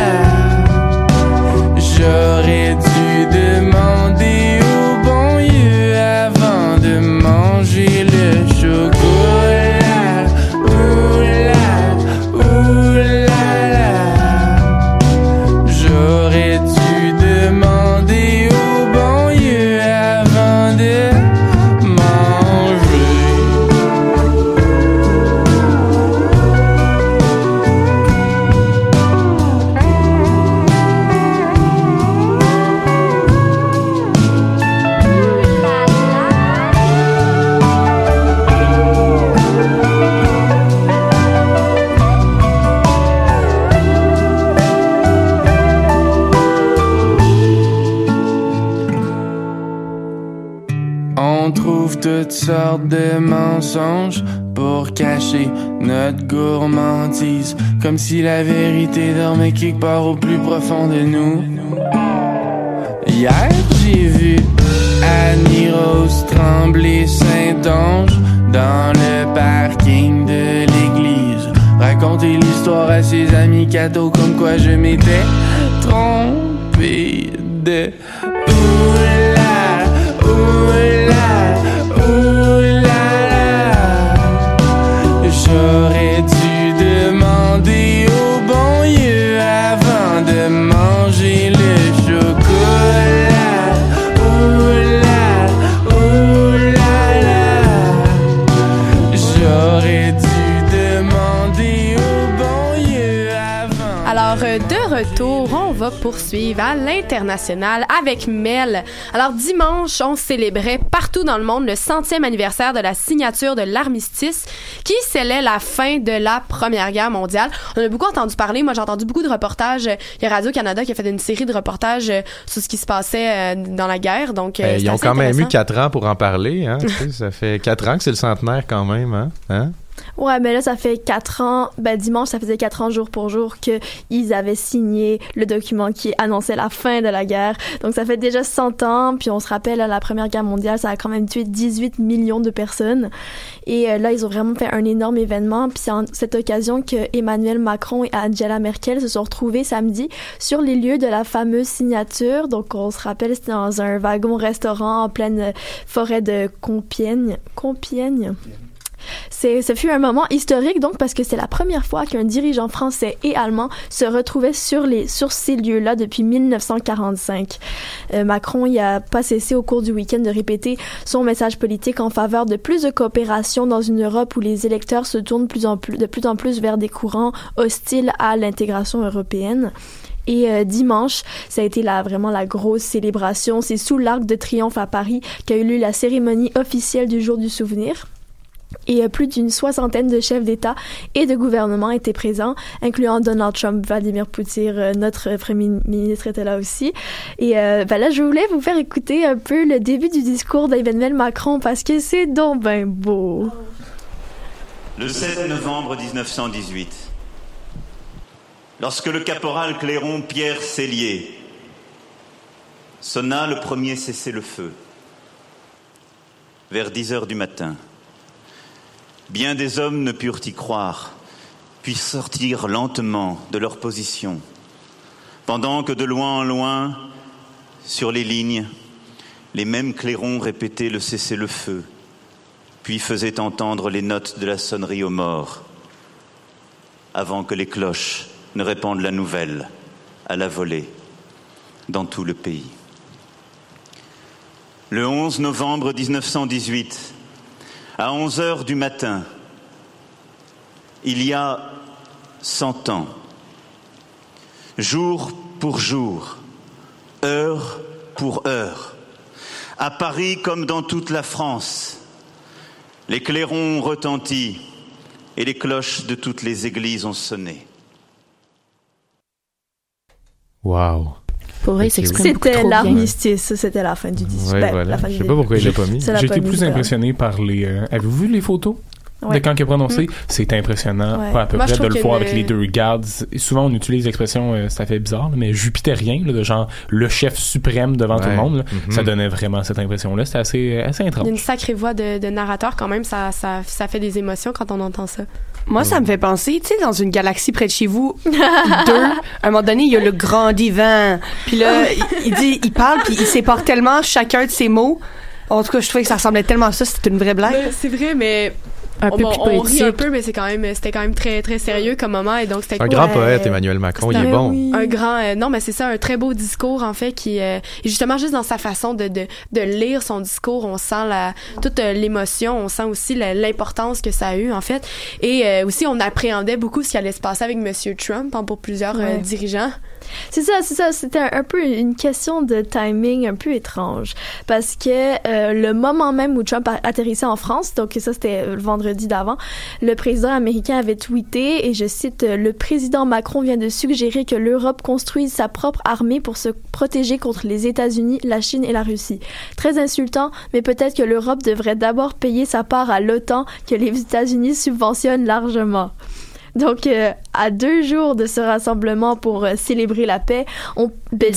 J'aurais dû demander au bon Dieu avant de manger le chocolat. Oulala, oulala. J'aurais dû demander au bon Dieu avant de toutes sortes de mensonges pour cacher notre gourmandise, comme si la vérité dormait quelque part au plus profond de nous. Hier, j'ai vu Annie-Rose Tremblay-Saint-Onge dans le parking de l'église raconter l'histoire à ses amis cathos comme quoi je m'étais trompé de oulala, oulala, oulala. J'aurais dû demander au bon Dieu avant de manger le chocolat. Oulala, oulala. J'aurais dû demander au bon Dieu avant. Alors, de retour, on va va poursuivre à l'international avec Mel. Alors, dimanche, on célébrait partout dans le monde le 100e anniversaire de la signature de l'armistice qui scellait la fin de la Première Guerre mondiale. On a beaucoup entendu parler. Moi, j'ai entendu beaucoup de reportages. Il y a Radio-Canada qui a fait une série de reportages sur ce qui se passait dans la guerre. Donc, ils ont quand même eu 4 ans pour en parler. Hein? Ça fait 4 ans que c'est le centenaire quand même. Hein? Ouais, mais là, ça fait 4 ans. Dimanche, ça faisait 4 ans jour pour jour qu'ils avaient signé le document qui annonçait la fin de la guerre. Donc, ça fait déjà 100 ans. Puis, on se rappelle, la Première Guerre mondiale, ça a quand même tué 18 millions de personnes. Et là, ils ont vraiment fait un énorme événement. Puis, c'est en cette occasion que Emmanuel Macron et Angela Merkel se sont retrouvés samedi sur les lieux de la fameuse signature. Donc, on se rappelle, c'était dans un wagon-restaurant en pleine forêt de Compiègne. Ce fut un moment historique, donc, parce que c'est la première fois qu'un dirigeant français et allemand se retrouvait sur ces lieux-là depuis 1945. Macron, il a pas cessé au cours du week-end de répéter son message politique en faveur de plus de coopération dans une Europe où les électeurs se tournent de plus en plus vers des courants hostiles à l'intégration européenne. Et dimanche, ça a été vraiment la grosse célébration. C'est sous l'Arc de Triomphe à Paris qu'a eu lieu la cérémonie officielle du Jour du Souvenir. Et plus d'une 60aine de chefs d'État et de gouvernement étaient présents, incluant Donald Trump, Vladimir Poutine, notre premier ministre était là aussi. Et là, je voulais vous faire écouter un peu le début du discours d'Emmanuel Macron parce que c'est donc ben beau. Le 7 novembre 1918, lorsque le caporal clairon Pierre Sellier sonna le premier cessez-le-feu, vers 10h du matin, bien des hommes ne purent y croire, puis sortir lentement de leur position, pendant que de loin en loin, sur les lignes, les mêmes clairons répétaient le cessez-le-feu, puis faisaient entendre les notes de la sonnerie aux morts, avant que les cloches ne répandent la nouvelle à la volée dans tout le pays. Le 11 novembre 1918, à 11h du matin, il y a 100 ans, jour pour jour, heure pour heure, à Paris comme dans toute la France, les clairons ont retenti et les cloches de toutes les églises ont sonné. Wow! Pour vrai, c'était l'armistice, c'était la fin du discours. Ouais, voilà. Je sais pas pourquoi il l'a pas mis. J'ai été plus impressionné par les... Avez-vous vu les photos? Ouais. De quand il a prononcé, c'est impressionnant, pas à peu près, de le voir avec les deux gardes. Souvent, on utilise l'expression, ça fait bizarre, mais jupitérien, là, de genre le chef suprême devant tout le monde. Là, ça donnait vraiment cette impression-là. C'était assez étrange. Il y a une sacrée voix de narrateur quand même, ça fait des émotions quand on entend ça. Moi, ça me fait penser, tu sais, dans une galaxie près de chez vous, à un moment donné, il y a le grand divan. Puis là, il parle, puis il sépare tellement chacun de ses mots. En tout cas, je trouvais que ça ressemblait tellement à ça, c'était une vraie blague. C'est vrai, mais... On rit un peu, mais c'était quand même très, très sérieux comme moment. Et donc, c'était un grand poète, Emmanuel Macron, il est bon. Oui. Un grand, non, mais c'est ça, un très beau discours, en fait, qui, et justement, juste dans sa façon de lire son discours, on sent toute l'émotion, on sent aussi l'importance que ça a eu, en fait. Et aussi, on appréhendait beaucoup ce qui allait se passer avec Monsieur Trump, pour plusieurs dirigeants. C'est ça. C'était un peu une question de timing un peu étrange. Parce que le moment même où Trump atterrissait en France, donc ça, c'était le vendredi d'avant, le président américain avait tweeté, et je cite, « Le président Macron vient de suggérer que l'Europe construise sa propre armée pour se protéger contre les États-Unis, la Chine et la Russie. Très insultant, mais peut-être que l'Europe devrait d'abord payer sa part à l'OTAN que les États-Unis subventionnent largement. » Donc, à 2 jours de ce rassemblement pour célébrer la paix, on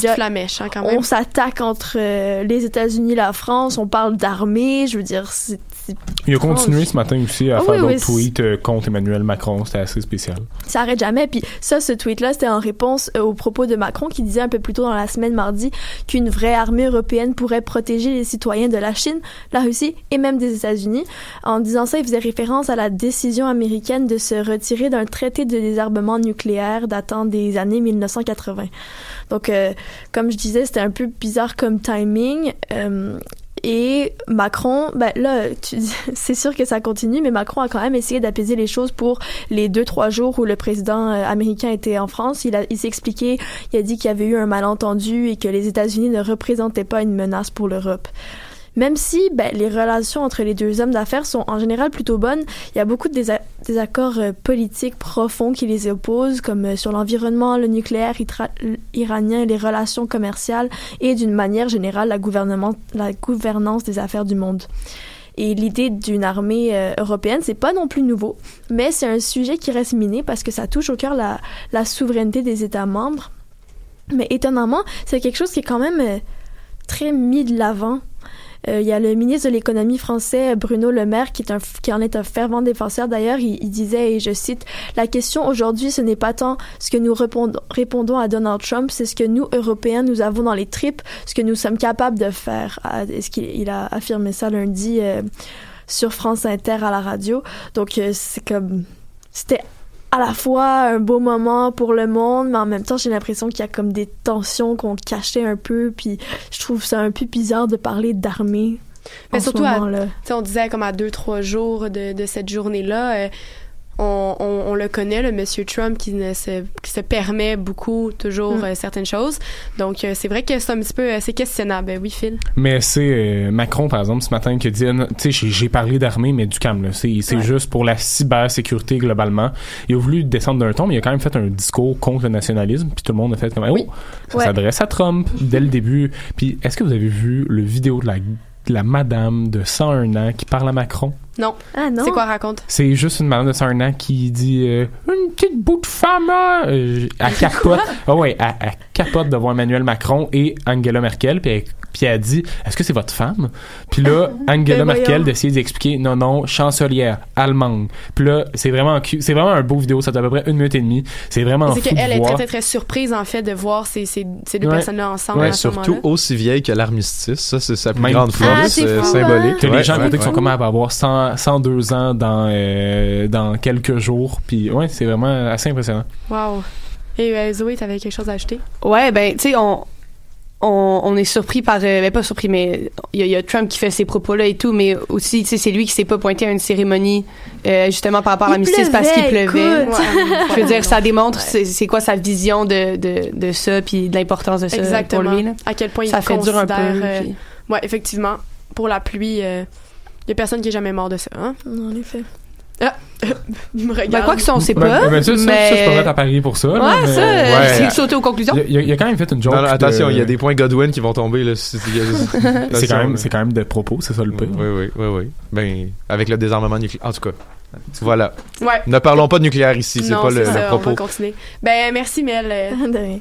s'attaque entre les États-Unis et la France, on parle d'armée, je veux dire, il a continué ce matin aussi à faire d'autres tweets contre Emmanuel Macron, c'était assez spécial. Ça arrête jamais, puis ça, ce tweet-là, c'était en réponse aux propos de Macron qui disait un peu plus tôt dans la semaine mardi qu'une vraie armée européenne pourrait protéger les citoyens de la Chine, la Russie et même des États-Unis. En disant ça, il faisait référence à la décision américaine de se retirer d'un traité de désarmement nucléaire datant des années 1980. Donc, comme je disais, c'était un peu bizarre comme timing. Et Macron, là, c'est sûr que ça continue, mais Macron a quand même essayé d'apaiser les choses pour les 2-3 jours où le président américain était en France. Il s'est expliqué, il a dit qu'il y avait eu un malentendu et que les États-Unis ne représentaient pas une menace pour l'Europe. Même si les relations entre les deux hommes d'affaires sont en général plutôt bonnes, il y a beaucoup de désaccords politiques profonds qui les opposent, comme sur l'environnement, le nucléaire iranien, les relations commerciales et d'une manière générale la gouvernance des affaires du monde. Et l'idée d'une armée européenne, c'est pas non plus nouveau, mais c'est un sujet qui reste miné parce que ça touche au cœur la souveraineté des États membres. Mais étonnamment, c'est quelque chose qui est quand même très mis de l'avant. Il y a le ministre de l'économie français, Bruno Le Maire, qui en est un fervent défenseur. D'ailleurs, il disait, et je cite, « La question aujourd'hui, ce n'est pas tant ce que nous répondons à Donald Trump, c'est ce que nous, Européens, nous avons dans les tripes, ce que nous sommes capables de faire. » Est-ce qu'il a affirmé ça lundi sur France Inter à la radio. Donc, c'était à la fois un beau moment pour le monde, mais en même temps, j'ai l'impression qu'il y a comme des tensions qu'on cachait un peu, puis je trouve ça un peu bizarre de parler d'armée. Mais surtout, on disait comme à 2-3 jours de cette journée-là, on le connaît, le monsieur Trump qui se permet beaucoup toujours certaines choses. Donc c'est vrai que c'est un petit peu c'est questionnable. Oui, Phil. Mais c'est Macron par exemple ce matin qui a dit, tu sais, j'ai parlé d'armée mais du calme là. C'est juste pour la cybersécurité globalement. Il a voulu descendre d'un ton, mais il a quand même fait un discours contre le nationalisme. Puis tout le monde a fait comme ça s'adresse à Trump dès le début. Puis est-ce que vous avez vu le vidéo de la madame de 101 ans qui parle à Macron? Non. Ah non. C'est quoi, raconte? C'est juste une madame de 101 ans qui dit une petite bout de femme, elle capote. Elle capote devant Emmanuel Macron et Angela Merkel, puis elle dit est-ce que c'est votre femme? Puis là, Angela Merkel décide d'expliquer non, chancelière allemande. Puis là, c'est vraiment un beau vidéo, ça fait à peu près 1 minute et demie. C'est vraiment fou de voir. C'est qu'elle est très, très, très surprise, en fait, de voir ces deux personnes-là ensemble. Ouais, surtout aussi vieille que l'armistice. Ça, c'est sa plus grande force symbolique. Que les gens qui sont comme elle va avoir 102 ans dans quelques jours. Puis ouais, c'est vraiment assez impressionnant. Wow. Et Zoé, t'avais quelque chose à ajouter? Ouais, tu sais, on est surpris par pas surpris, mais il y a Trump qui fait ces propos-là et tout, mais aussi, tu sais, c'est lui qui s'est pas pointé à une cérémonie justement par rapport à l'armistice parce qu'il pleuvait. Je veux dire, ça démontre c'est quoi sa vision de ça, puis de l'importance de ça. Exactement. Pour lui. Là. À quel point ça il fait dur un peu. Ouais, effectivement. Pour la pluie, il y a personne qui est jamais mort de ça, hein? En effet. Il me regarde. Quoi que ça, on sait pas. Ça, je peux mettre à parier pour ça. C'est sauter aux conclusions. Il a quand même fait une joke. Non, attention, il y a des points Godwin qui vont tomber. Là, c'est quand même des propos, c'est ça le pire. Oui. Ben, avec le désarmement nucléaire. En tout cas, voilà. Ouais. Ne parlons pas de nucléaire ici, c'est pas le propos. On va continuer. Ben, merci, Mel. De rien.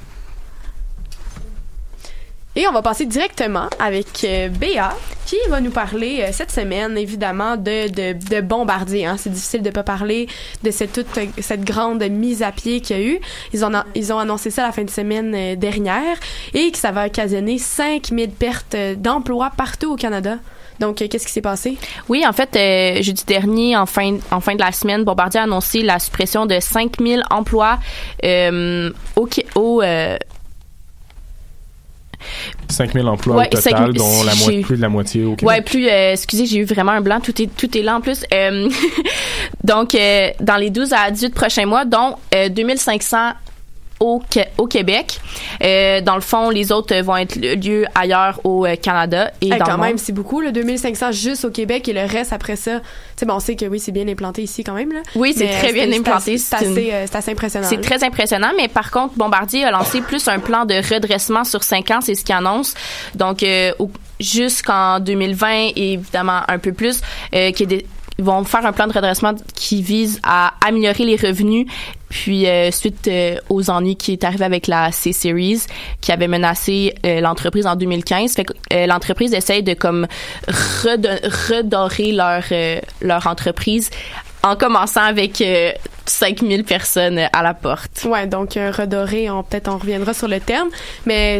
Et on va passer directement avec Béa, qui va nous parler cette semaine, évidemment, de Bombardier. Hein. C'est difficile de pas parler de cette grande mise à pied qu'il y a eu. Ils ont annoncé ça la fin de semaine dernière et que ça va occasionner 5000 pertes d'emplois partout au Canada. Donc, qu'est-ce qui s'est passé? Oui, en fait, jeudi dernier, en fin de la semaine, Bombardier a annoncé la suppression de 5000 emplois au 5000 emplois au total, dont plus de la moitié au Québec. Ouais, excusez, j'ai eu vraiment un blanc. Tout est là en plus. Donc, dans les 12 à 18 prochains mois, dont 2500 au Québec. Dans le fond, les autres vont être lieu ailleurs au Canada et dans quand le monde. Même, c'est beaucoup, le 2500 juste au Québec et le reste après ça. Tu sais, on sait que oui, c'est bien implanté ici quand même. Là. Oui, c'est très bien implanté. C'est assez impressionnant. C'est très impressionnant, mais par contre, Bombardier a lancé plus un plan de redressement sur 5 ans, c'est ce qu'il annonce. Donc, jusqu'en 2020 et évidemment un peu plus, ils vont faire un plan de redressement qui vise à améliorer les revenus, puis suite aux ennuis qui est arrivé avec la C-Series qui avait menacé l'entreprise en 2015. Fait que l'entreprise essaye de comme redorer leur entreprise en commençant avec 5000 personnes à la porte. Ouais, donc redorer, on reviendra sur le terme, mais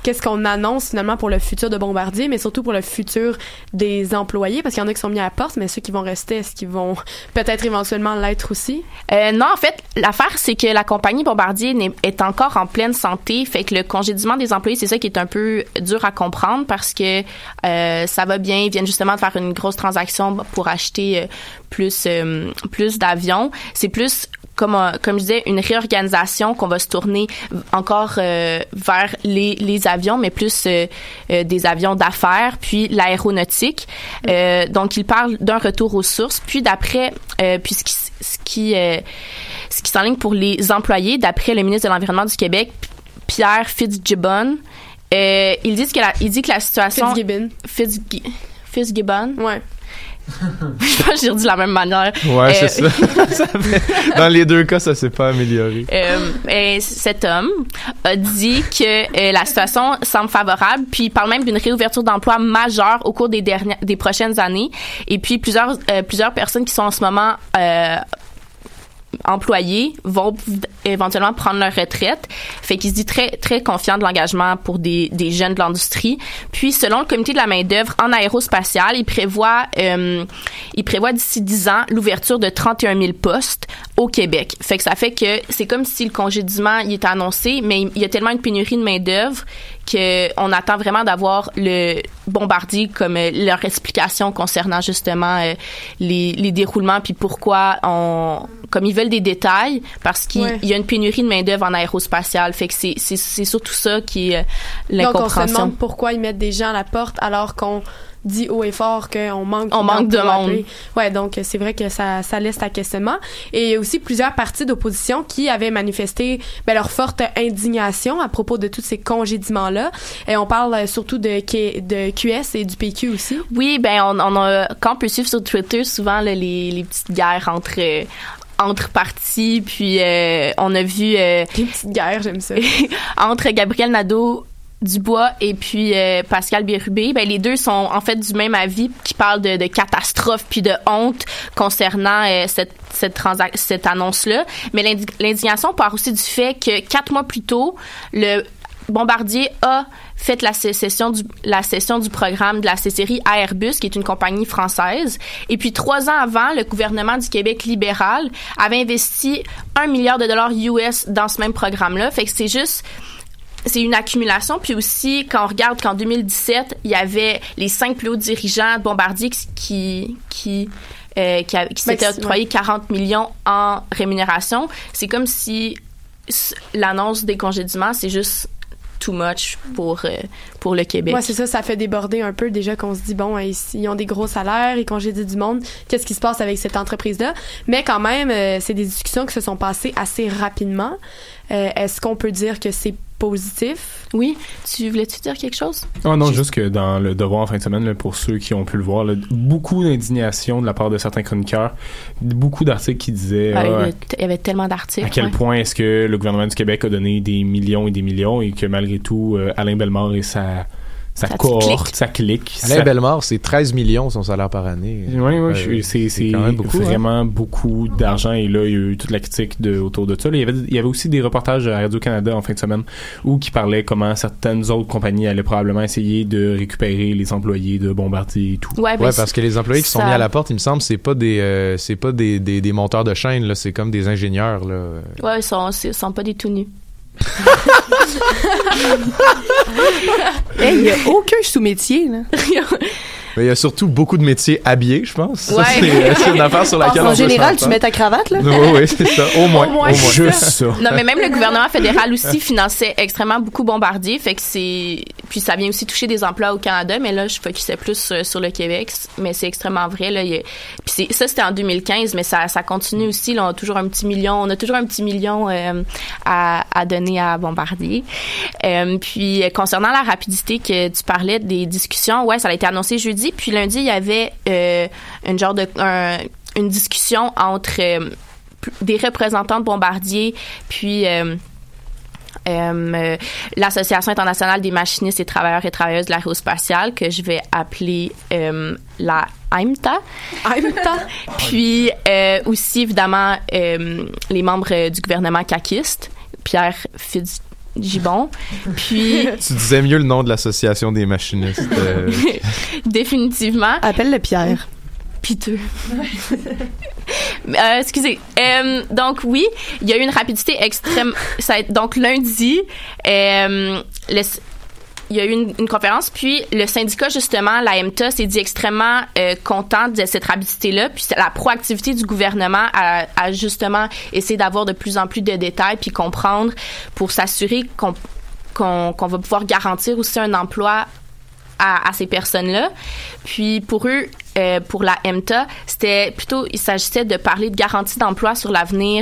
qu'est-ce qu'on annonce finalement pour le futur de Bombardier, mais surtout pour le futur des employés, parce qu'il y en a qui sont mis à la porte, mais ceux qui vont rester, est-ce qu'ils vont peut-être éventuellement l'être aussi? Non, en fait, l'affaire, c'est que la compagnie Bombardier est encore en pleine santé, fait que le congédiement des employés, c'est ça qui est un peu dur à comprendre parce que ça va bien, ils viennent justement de faire une grosse transaction pour acheter plus d'avions. C'est plus comme je disais, une réorganisation qu'on va se tourner encore vers les avions, mais plus des avions d'affaires, puis l'aéronautique. Donc, il parle d'un retour aux sources. Puis d'après, ce qui s'enligne pour les employés, d'après le ministre de l'Environnement du Québec, Pierre Fitzgibbon, il dit que la situation... Fitzgibbon. Ouais. Je pense que j'ai redit de la même manière. Ouais, c'est ça. Dans les deux cas, ça s'est pas amélioré. Cet homme a dit que la situation semble favorable, puis il parle même d'une réouverture d'emplois majeure au cours des prochaines années. Et puis plusieurs personnes qui sont en ce moment employés vont éventuellement prendre leur retraite. Fait qu'il se dit très, très confiant de l'engagement pour des jeunes de l'industrie. Puis, selon le comité de la main-d'œuvre en aérospatiale, il prévoit d'ici 10 ans l'ouverture de 31 000 postes au Québec. Fait que ça fait que c'est comme si le congédiement il est annoncé, mais il y a tellement une pénurie de main-d'œuvre qu'on attend vraiment d'avoir le Bombardier comme leur explication concernant justement les déroulements puis pourquoi comme ils veulent des détails parce qu'il y a une pénurie de main-d'œuvre en aérospatiale. Fait que c'est surtout ça qui est l'incompréhension. Donc on se demande pourquoi ils mettent des gens à la porte alors qu'on dit haut et fort qu'on manque de monde. Ouais, donc c'est vrai que ça laisse à questionnement. Et il y a aussi plusieurs partis d'opposition qui avaient manifesté leur forte indignation à propos de tous ces congédiements-là. Et on parle surtout de QS et du PQ aussi. Oui, quand on peut suivre sur Twitter, souvent là, les petites guerres entre partis, puis on a vu... les petites guerres, j'aime ça. entre Gabriel Nadeau-Dubois et puis Pascal Bérubé, les deux sont en fait du même avis qui parlent de catastrophe puis de honte concernant cette annonce-là. Mais l'indignation part aussi du fait que 4 mois plus tôt, le Bombardier a fait la cession du programme de la C-Série à Airbus, qui est une compagnie française. Et puis 3 ans avant, le gouvernement du Québec libéral avait investi $1 milliard US dans ce même programme-là. Fait que c'est une accumulation. Puis aussi, quand on regarde qu'en 2017, il y avait les 5 plus hauts dirigeants de Bombardier qui s'étaient octroyés 40 millions en rémunération. C'est comme si l'annonce des congédiements, c'est juste too much pour le Québec. Ouais, c'est ça, ça fait déborder un peu déjà qu'on se dit bon, ils ont des gros salaires, ils congédient du monde, qu'est-ce qui se passe avec cette entreprise-là? Mais quand même, c'est des discussions qui se sont passées assez rapidement. Est-ce qu'on peut dire que c'est positif? Oui. Voulais-tu dire quelque chose? Oh non, juste que dans le Devoir en fin de semaine, là, pour ceux qui ont pu le voir, là, beaucoup d'indignation de la part de certains chroniqueurs, beaucoup d'articles qui disaient il y avait tellement d'articles. À quel point est-ce que le gouvernement du Québec a donné des millions et des millions et que malgré tout, Alain Bellemare et sa cohorte, ça clique. Alain Bellemare, c'est 13 millions son salaire par année. Oui, c'est quand même beaucoup, vraiment beaucoup d'argent. Et là, il y a eu toute la critique autour de ça. Là, il y avait aussi des reportages à Radio-Canada en fin de semaine qui parlaient comment certaines autres compagnies allaient probablement essayer de récupérer les employés de Bombardier et tout. Ouais, parce que les employés qui sont mis à la porte, il me semble, c'est pas des monteurs de chaîne, là, c'est comme des ingénieurs, là. Ouais, ils sont pas des tout nus. Il n'y a aucun sous-métier, là. Mais il y a surtout beaucoup de métiers habillés, je pense. Ouais. C'est une affaire sur laquelle en général, tu mets ta cravate, là? Oui, c'est ça. Au moins. Juste ça. Non, mais même le gouvernement fédéral aussi finançait extrêmement beaucoup Bombardier. Fait que puis ça vient aussi toucher des emplois au Canada, mais là, je focusais plus sur le Québec. Mais c'est extrêmement vrai, là. Puis ça, c'était en 2015, mais ça continue aussi, là. On a toujours un petit million à donner à Bombardier. Puis concernant la rapidité que tu parlais des discussions, ouais, ça a été annoncé jeudi. Puis lundi, il y avait une discussion entre des représentants de Bombardier, puis l'Association internationale des machinistes et travailleurs et travailleuses de l'aérospatiale, que je vais appeler la AIMTA. Puis aussi, évidemment, les membres du gouvernement caquiste, Pierre Gibon. Puis... Tu disais mieux le nom de l'association des machinistes. Définitivement. Appelle-le Pierre. Piteux. Excusez. Donc oui, il y a eu une rapidité extrême. Donc lundi, il y a eu une conférence, puis le syndicat, justement, la MTA, s'est dit extrêmement content de cette rapidité-là, puis la proactivité du gouvernement à justement essayer d'avoir de plus en plus de détails, puis comprendre pour s'assurer qu'on va pouvoir garantir aussi un emploi à ces personnes-là. Puis pour eux, pour la MTA, il s'agissait de parler de garantie d'emploi sur l'avenir,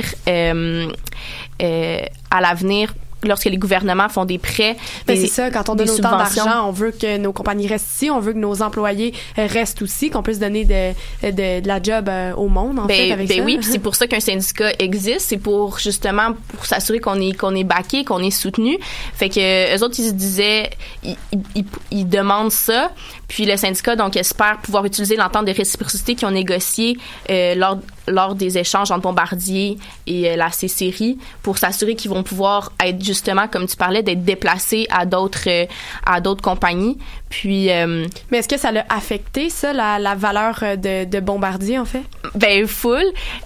à l'avenir, lorsque les gouvernements font des prêts. C'est ça, quand on donne autant d'argent, on veut que nos compagnies restent ici, on veut que nos employés restent aussi, qu'on puisse donner de la job au monde, en fait, avec ça. Oui, puis c'est pour ça qu'un syndicat existe, c'est pour justement pour s'assurer qu'on est backé, qu'on est soutenu. Fait que eux autres, ils se disaient, ils demandent ça, puis le syndicat, donc, espère pouvoir utiliser l'entente de réciprocité qu'ils ont négociée lors des échanges entre Bombardier et la C-Série pour s'assurer qu'ils vont pouvoir être justement, comme tu parlais, d'être déplacés à d'autres compagnies. Puis, mais est-ce que ça l'a affecté, ça, la valeur de Bombardier, en fait? Ben, full.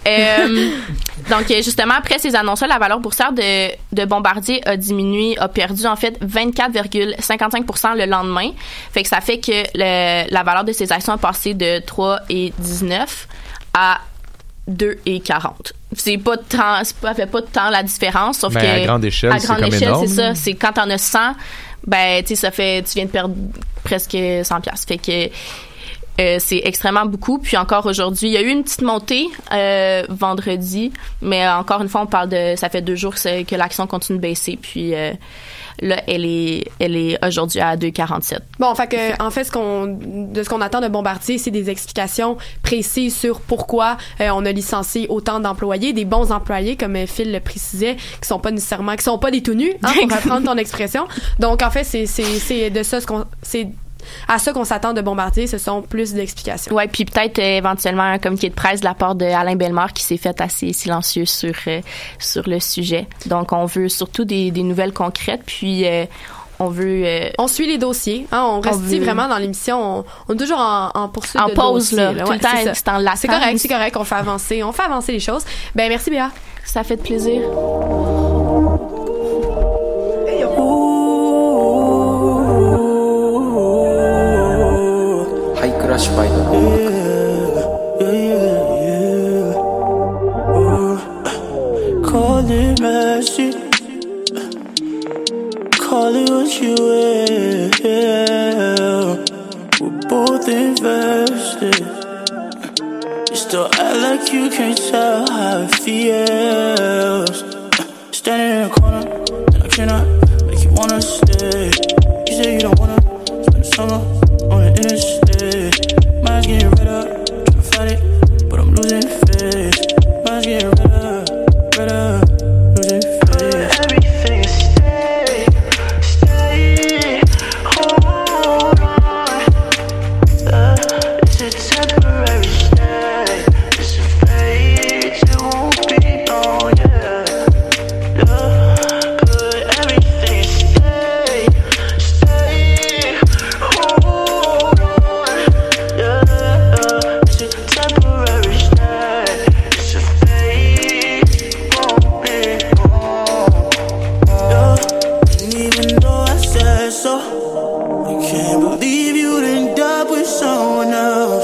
Donc, justement, après ces annonces-là, la valeur boursière de Bombardier a perdu, en fait, 24,55% le lendemain. Fait que ça fait que la valeur de ses actions a passé de 3,19 à 2,40. C'est pas tant, ça fait pas tant la différence, sauf que à grande échelle, c'est comme énorme. C'est ça. C'est quand t'en as 100, ben, tu sais, tu viens de perdre presque 100 $. Fait que c'est extrêmement beaucoup. Puis encore aujourd'hui, il y a eu une petite montée vendredi, mais encore une fois, on parle ça fait 2 jours que l'action continue de baisser. Puis là, elle est aujourd'hui à 2,47. Bon, en fait, ce qu'on attend de Bombardier, c'est des explications précises sur pourquoi on a licencié autant d'employés, des bons employés, comme Phil le précisait, qui sont pas des tout nus, hein, pour reprendre ton expression. Donc, en fait, c'est de ça c'est à ça qu'on s'attend de Bombardier, ce sont plus d'explications. Ouais, puis peut-être éventuellement un communiqué de presse de la part de Alain Bellemare qui s'est fait assez silencieux sur le sujet. Donc on veut surtout des nouvelles concrètes, puis on veut on suit les dossiers, hein, on reste vraiment dans l'émission, on est toujours en poursuite de pause dossiers, là, tout le temps c'est en latence. C'est correct, on fait avancer les choses. Ben merci Béa. Ça fait de plaisir. Call it messy, call it what you will. We're both invested. You still act like you can't tell how it feels. Standing in the corner, and I cannot make you wanna stay. You say you don't wanna spend the summer on the interstate. Mine's getting red up, trying to fight it, but I'm losing faith. Mine's getting red up, losing faith. Everything stay, hold on. It's a temporary stay, it's a phase, it won't be long, yeah. But everything stay, hold on. Yeah, it's a temporary stay, it's a phase, won't be long. Yeah, and even though I said so, I can't believe you didn't end up with someone else.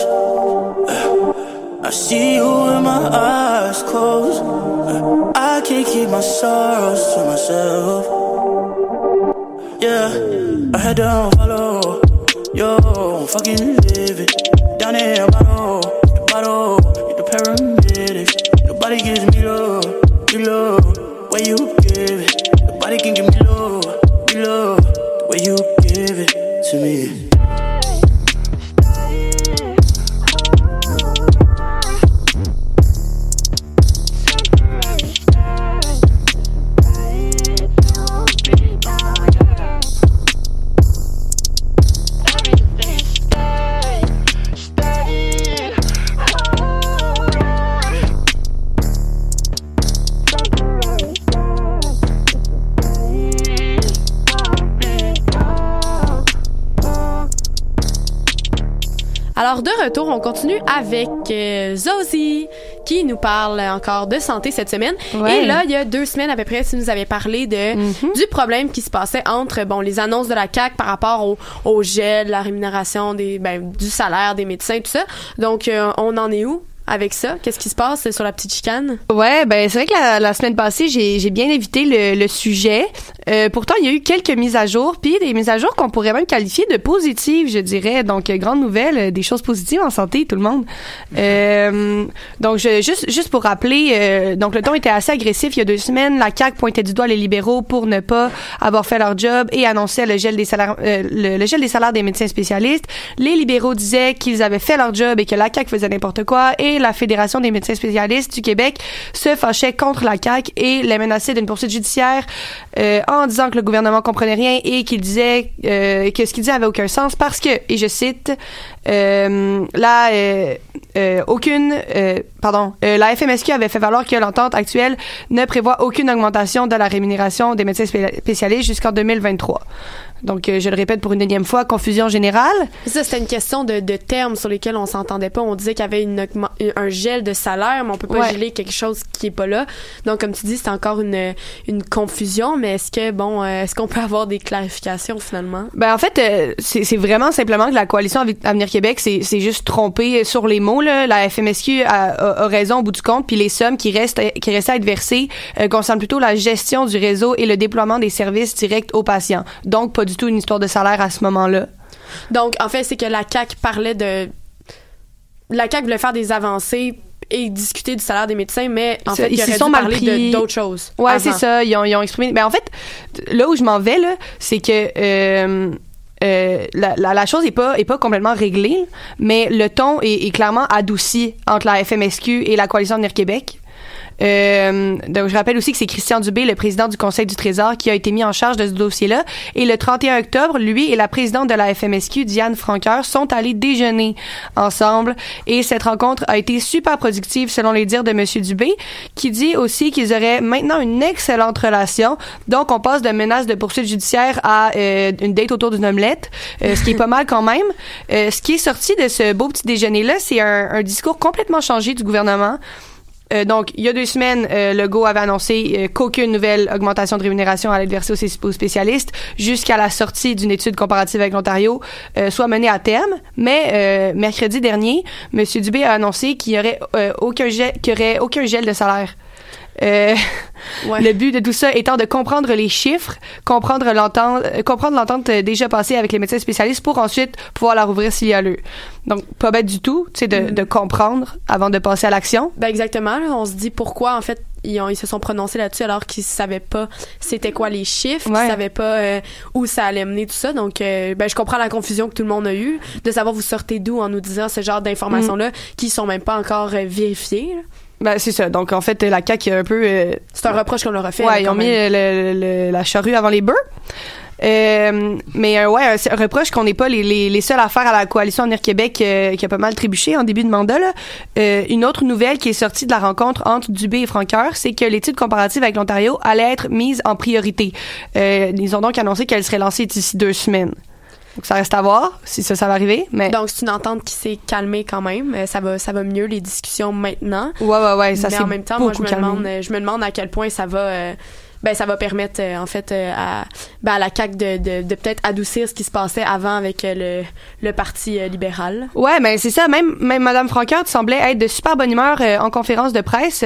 I see you with my eyes closed. I can't keep my sorrows to myself. Yeah, I had to unfollow. Yo, I'm fucking living down in a bottle, need the paramedics. Nobody gives me love, way you give it. Nobody can give me love, the way you give it to me. Alors, de retour, on continue avec Zosie, qui nous parle encore de santé cette semaine. Ouais. Et là, il y a 2 semaines à peu près, tu nous avais parlé du problème qui se passait entre, les annonces de la CAQ par rapport au gel, la rémunération du salaire des médecins, tout ça. Donc, on en est où avec ça? Qu'est-ce qui se passe sur la petite chicane? Ouais, c'est vrai que la semaine passée, j'ai bien évité le sujet. Pourtant, il y a eu quelques mises à jour, puis des mises à jour qu'on pourrait même qualifier de positives, je dirais. Donc, grande nouvelle, des choses positives en santé, tout le monde. Donc, juste pour rappeler, donc le ton était assez agressif il y a 2 semaines. La CAQ pointait du doigt les libéraux pour ne pas avoir fait leur job et annonçait le gel des salaires, le gel des salaires des médecins spécialistes. Les libéraux disaient qu'ils avaient fait leur job et que la CAQ faisait n'importe quoi, et la Fédération des médecins spécialistes du Québec se fâchait contre la CAQ et les menaçait d'une poursuite judiciaire en disant que le gouvernement comprenait rien et qu'il disait que ce qu'il disait avait aucun sens parce que, et je cite, la FMSQ avait fait valoir que l'entente actuelle ne prévoit aucune augmentation de la rémunération des médecins spécialistes jusqu'en 2023. Donc, je le répète pour une énième fois, confusion générale. Ça, c'était une question de termes sur lesquels on s'entendait pas. On disait qu'il y avait un gel de salaire, mais on peut pas geler quelque chose qui est pas là. Donc, comme tu dis, c'est encore une confusion, mais est-ce qu'on peut avoir des clarifications finalement? En fait, c'est vraiment simplement que la coalition Avenir Québec c'est juste trompée sur les mots, là. La FMSQ a raison au bout du compte, puis les sommes qui restent à être versées concernent plutôt la gestion du réseau et le déploiement des services directs aux patients. Donc, pas du tout une histoire de salaire à ce moment-là. Donc, en fait, c'est que la CAQ la CAQ voulait faire des avancées et discuter du salaire des médecins, mais en fait, ils auraient dû parler d'autres choses. Ouais, avant. C'est ça. Ils ont exprimé... en fait, là où je m'en vais, là, c'est que... la chose est pas complètement réglée, mais le ton est clairement adouci entre la FMSQ et la Coalition Avenir Québec. Donc, je rappelle aussi que c'est Christian Dubé, le président du Conseil du Trésor, qui a été mis en charge de ce dossier-là. Et le 31 octobre, lui et la présidente de la FMSQ, Diane Franqueur, sont allés déjeuner ensemble. Et cette rencontre a été super productive, selon les dires de Monsieur Dubé, qui dit aussi qu'ils auraient maintenant une excellente relation. Donc, on passe de menaces de poursuite judiciaire à une date autour d'une omelette, ce qui est pas mal quand même. Ce qui est sorti de ce beau petit déjeuner-là, c'est un discours complètement changé du gouvernement. Donc, il y a 2 semaines, Legault avait annoncé qu'aucune nouvelle augmentation de rémunération allait être versée aux spécialistes jusqu'à la sortie d'une étude comparative avec l'Ontario soit menée à terme. Mais mercredi dernier, M. Dubé a annoncé qu'il y aurait aucun gel de salaire. Le but de tout ça étant de comprendre les chiffres, comprendre l'entente déjà passée avec les médecins spécialistes pour ensuite pouvoir la rouvrir s'il y a lieu. Donc, pas bête du tout, tu sais, de comprendre avant de passer à l'action. Exactement. Là, on se dit pourquoi, en fait, ils se sont prononcés là-dessus alors qu'ils savaient pas c'était quoi les chiffres, qu'ils savaient pas où ça allait mener tout ça. Donc, je comprends la confusion que tout le monde a eue de savoir vous sortez d'où en nous disant ce genre d'informations-là qui sont même pas encore vérifiées, là. C'est ça. Donc, en fait, la CAQ un peu... c'est un reproche qu'on leur a fait. Ouais, ils ont mis la charrue avant les bœufs. Un reproche qu'on n'est pas les seuls à faire à la Coalition Avenir Québec qui a pas mal trébuché en début de mandat, là. Une autre nouvelle qui est sortie de la rencontre entre Dubé et Franqueur, c'est que l'étude comparative avec l'Ontario allait être mise en priorité. Ils ont donc annoncé qu'elle serait lancée d'ici 2 semaines. Donc, ça reste à voir si ça va arriver. Mais... Donc, c'est une entente qui s'est calmée quand même. Ça va mieux, les discussions maintenant. Ouais. Ça mais s'est en même temps, moi, je me demande à quel point ça va... ça va permettre en fait à la CAQ de peut-être adoucir ce qui se passait avant avec le Parti libéral. Ouais, mais c'est ça. Même Mme Franqueur semblait être de super bonne humeur en conférence de presse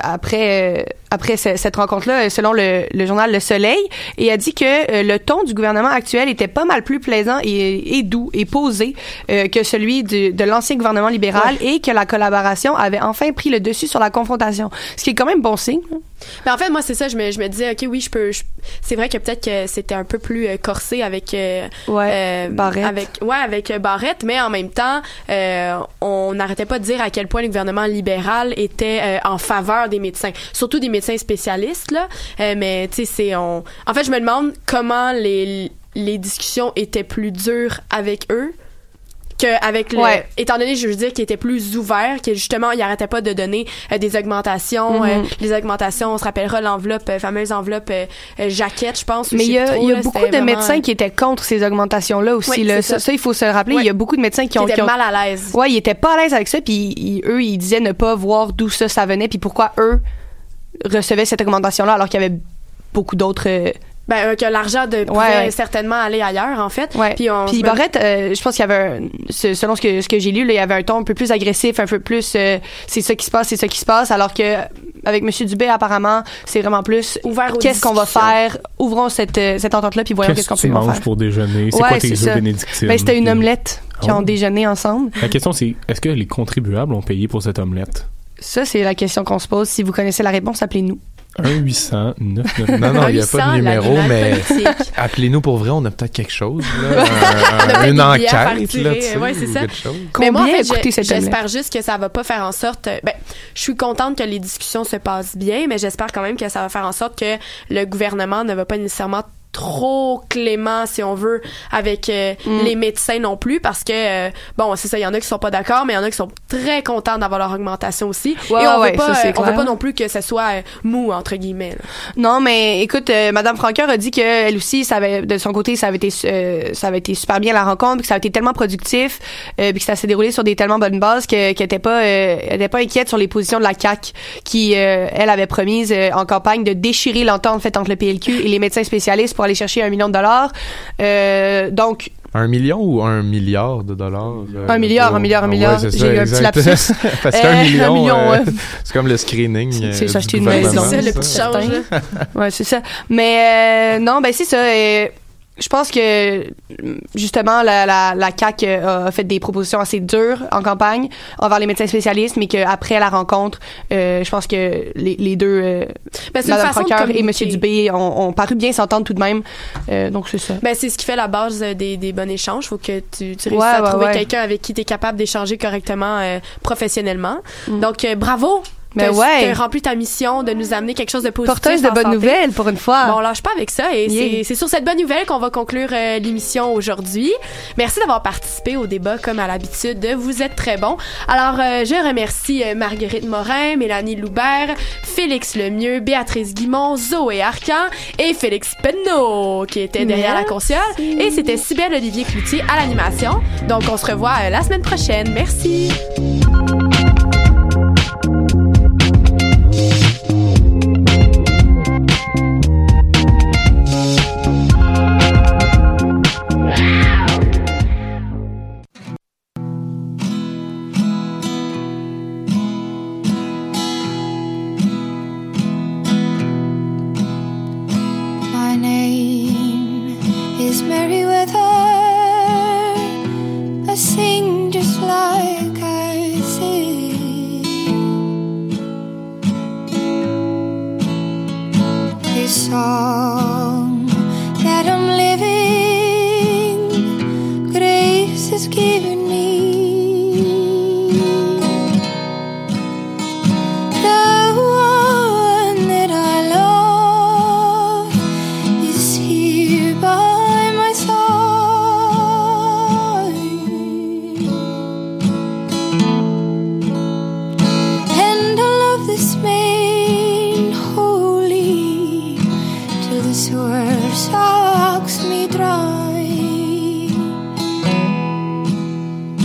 après cette rencontre-là, selon le journal Le Soleil, et a dit que le ton du gouvernement actuel était pas mal plus plaisant et doux et posé que celui de l'ancien gouvernement libéral, et que la collaboration avait enfin pris le dessus sur la confrontation. Ce qui est quand même bon signe. Ben en fait, moi, c'est ça, je me disais, OK, oui, c'est vrai que peut-être que c'était un peu plus corsé avec Barrette. avec Barrette, mais en même temps, on n'arrêtait pas de dire à quel point le gouvernement libéral était en faveur des médecins, surtout des médecins spécialistes, là. Mais tu sais, en fait, je me demande comment les discussions étaient plus dures avec eux qu'avec étant donné, je veux dire, qu'il était plus ouvert, que justement, il arrêtait pas de donner des augmentations. Les augmentations, on se rappellera l'enveloppe, fameuse enveloppe jaquette, je pense. Mais il y a beaucoup de médecins qui étaient contre ces augmentations-là aussi. Là. Ça, il faut se le rappeler. Il y a beaucoup de médecins qui étaient mal à l'aise. Ouais, ils étaient pas à l'aise avec ça, puis eux, ils disaient ne pas voir d'où ça venait, puis pourquoi eux recevaient cette augmentation-là, alors qu'il y avait beaucoup d'autres... que l'argent pouvait certainement aller ailleurs, en fait. Ouais. Puis Barrette, je pense qu'il y avait selon ce que j'ai lu, là, il y avait un ton un peu plus agressif, un peu plus c'est ça qui se passe, alors que avec M. Dubé, apparemment, c'est vraiment plus ouvert aux qu'est-ce qu'on va faire, ouvrons cette entente-là, puis voyons qu'est-ce qu'on peut faire. Qu'est-ce que tu manges pour déjeuner? C'est quoi tes œufs bénédictines? Ben, c'était une omelette qui ont déjeuné ensemble. La question, c'est est-ce que les contribuables ont payé pour cette omelette? Ça, c'est la question qu'on se pose. Si vous connaissez la réponse, appelez-nous. 1-800-999. Non, il n'y a pas de numéro, mais appelez-nous pour vrai, on a peut-être quelque chose. Là, une enquête. Là, ouais, c'est ça. Mais moi, en fait, j'espère juste que ça va pas faire en sorte... je suis contente que les discussions se passent bien, mais j'espère quand même que ça va faire en sorte que le gouvernement ne va pas nécessairement trop clément, si on veut, avec les médecins non plus, parce que c'est ça, il y en a qui sont pas d'accord, mais il y en a qui sont très contents d'avoir leur augmentation aussi. Et on veut pas non plus que ce soit mou, entre guillemets. Là. Non, mais écoute, Madame Francoeur a dit que elle aussi, de son côté, ça avait été super bien la rencontre, puis que ça a été tellement productif, puis que ça s'est déroulé sur des tellement bonnes bases qu'elle était pas inquiète sur les positions de la CAQ, qui elle avait promise en campagne de déchirer l'entente faite entre le PLQ et les médecins spécialistes pour aller chercher $1 million. Donc 1 million ou $1 milliard? 1 milliard. Ouais, c'est ça, j'ai eu un petit lapsus. Parce qu'un million, c'est comme le screening. C'est s'acheter une maison. C'est ça, le petit change. Ouais, c'est ça. Mais non, c'est ça. Je pense que justement la CAQ a fait des propositions assez dures en campagne envers les médecins spécialistes, mais qu'après la rencontre, je pense que les deux, Mme Francoeur et M. Dubé, ont paru bien s'entendre tout de même. Donc c'est ça. C'est ce qui fait la base des bons échanges. Faut que tu réussisses à trouver quelqu'un avec qui tu es capable d'échanger correctement professionnellement. Donc bravo. T'as rempli ta mission de nous amener quelque chose de positif. Porteuse de bonnes nouvelles, pour une fois. Bon, lâche pas avec ça. Et c'est sur cette bonne nouvelle qu'on va conclure l'émission aujourd'hui. Merci d'avoir participé au débat, comme à l'habitude. Vous êtes très bons. Alors, je remercie Marguerite Morin, Mélanie Loubert, Félix Lemieux, Béatrice Guimond, Zoé Arcan et Félix Penneau, qui était derrière la console. Et c'était Cybèle Olivier Cloutier à l'animation. Donc, on se revoit la semaine prochaine. Merci. Song that I'm living, grace has given me. The one that I love is here by my side, and I love this man wholly till the sewer sucks me dry.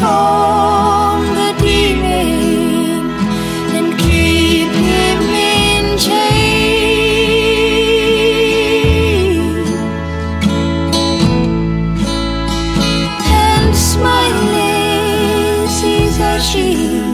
from the demon and keep him in chains. And smiling sees her she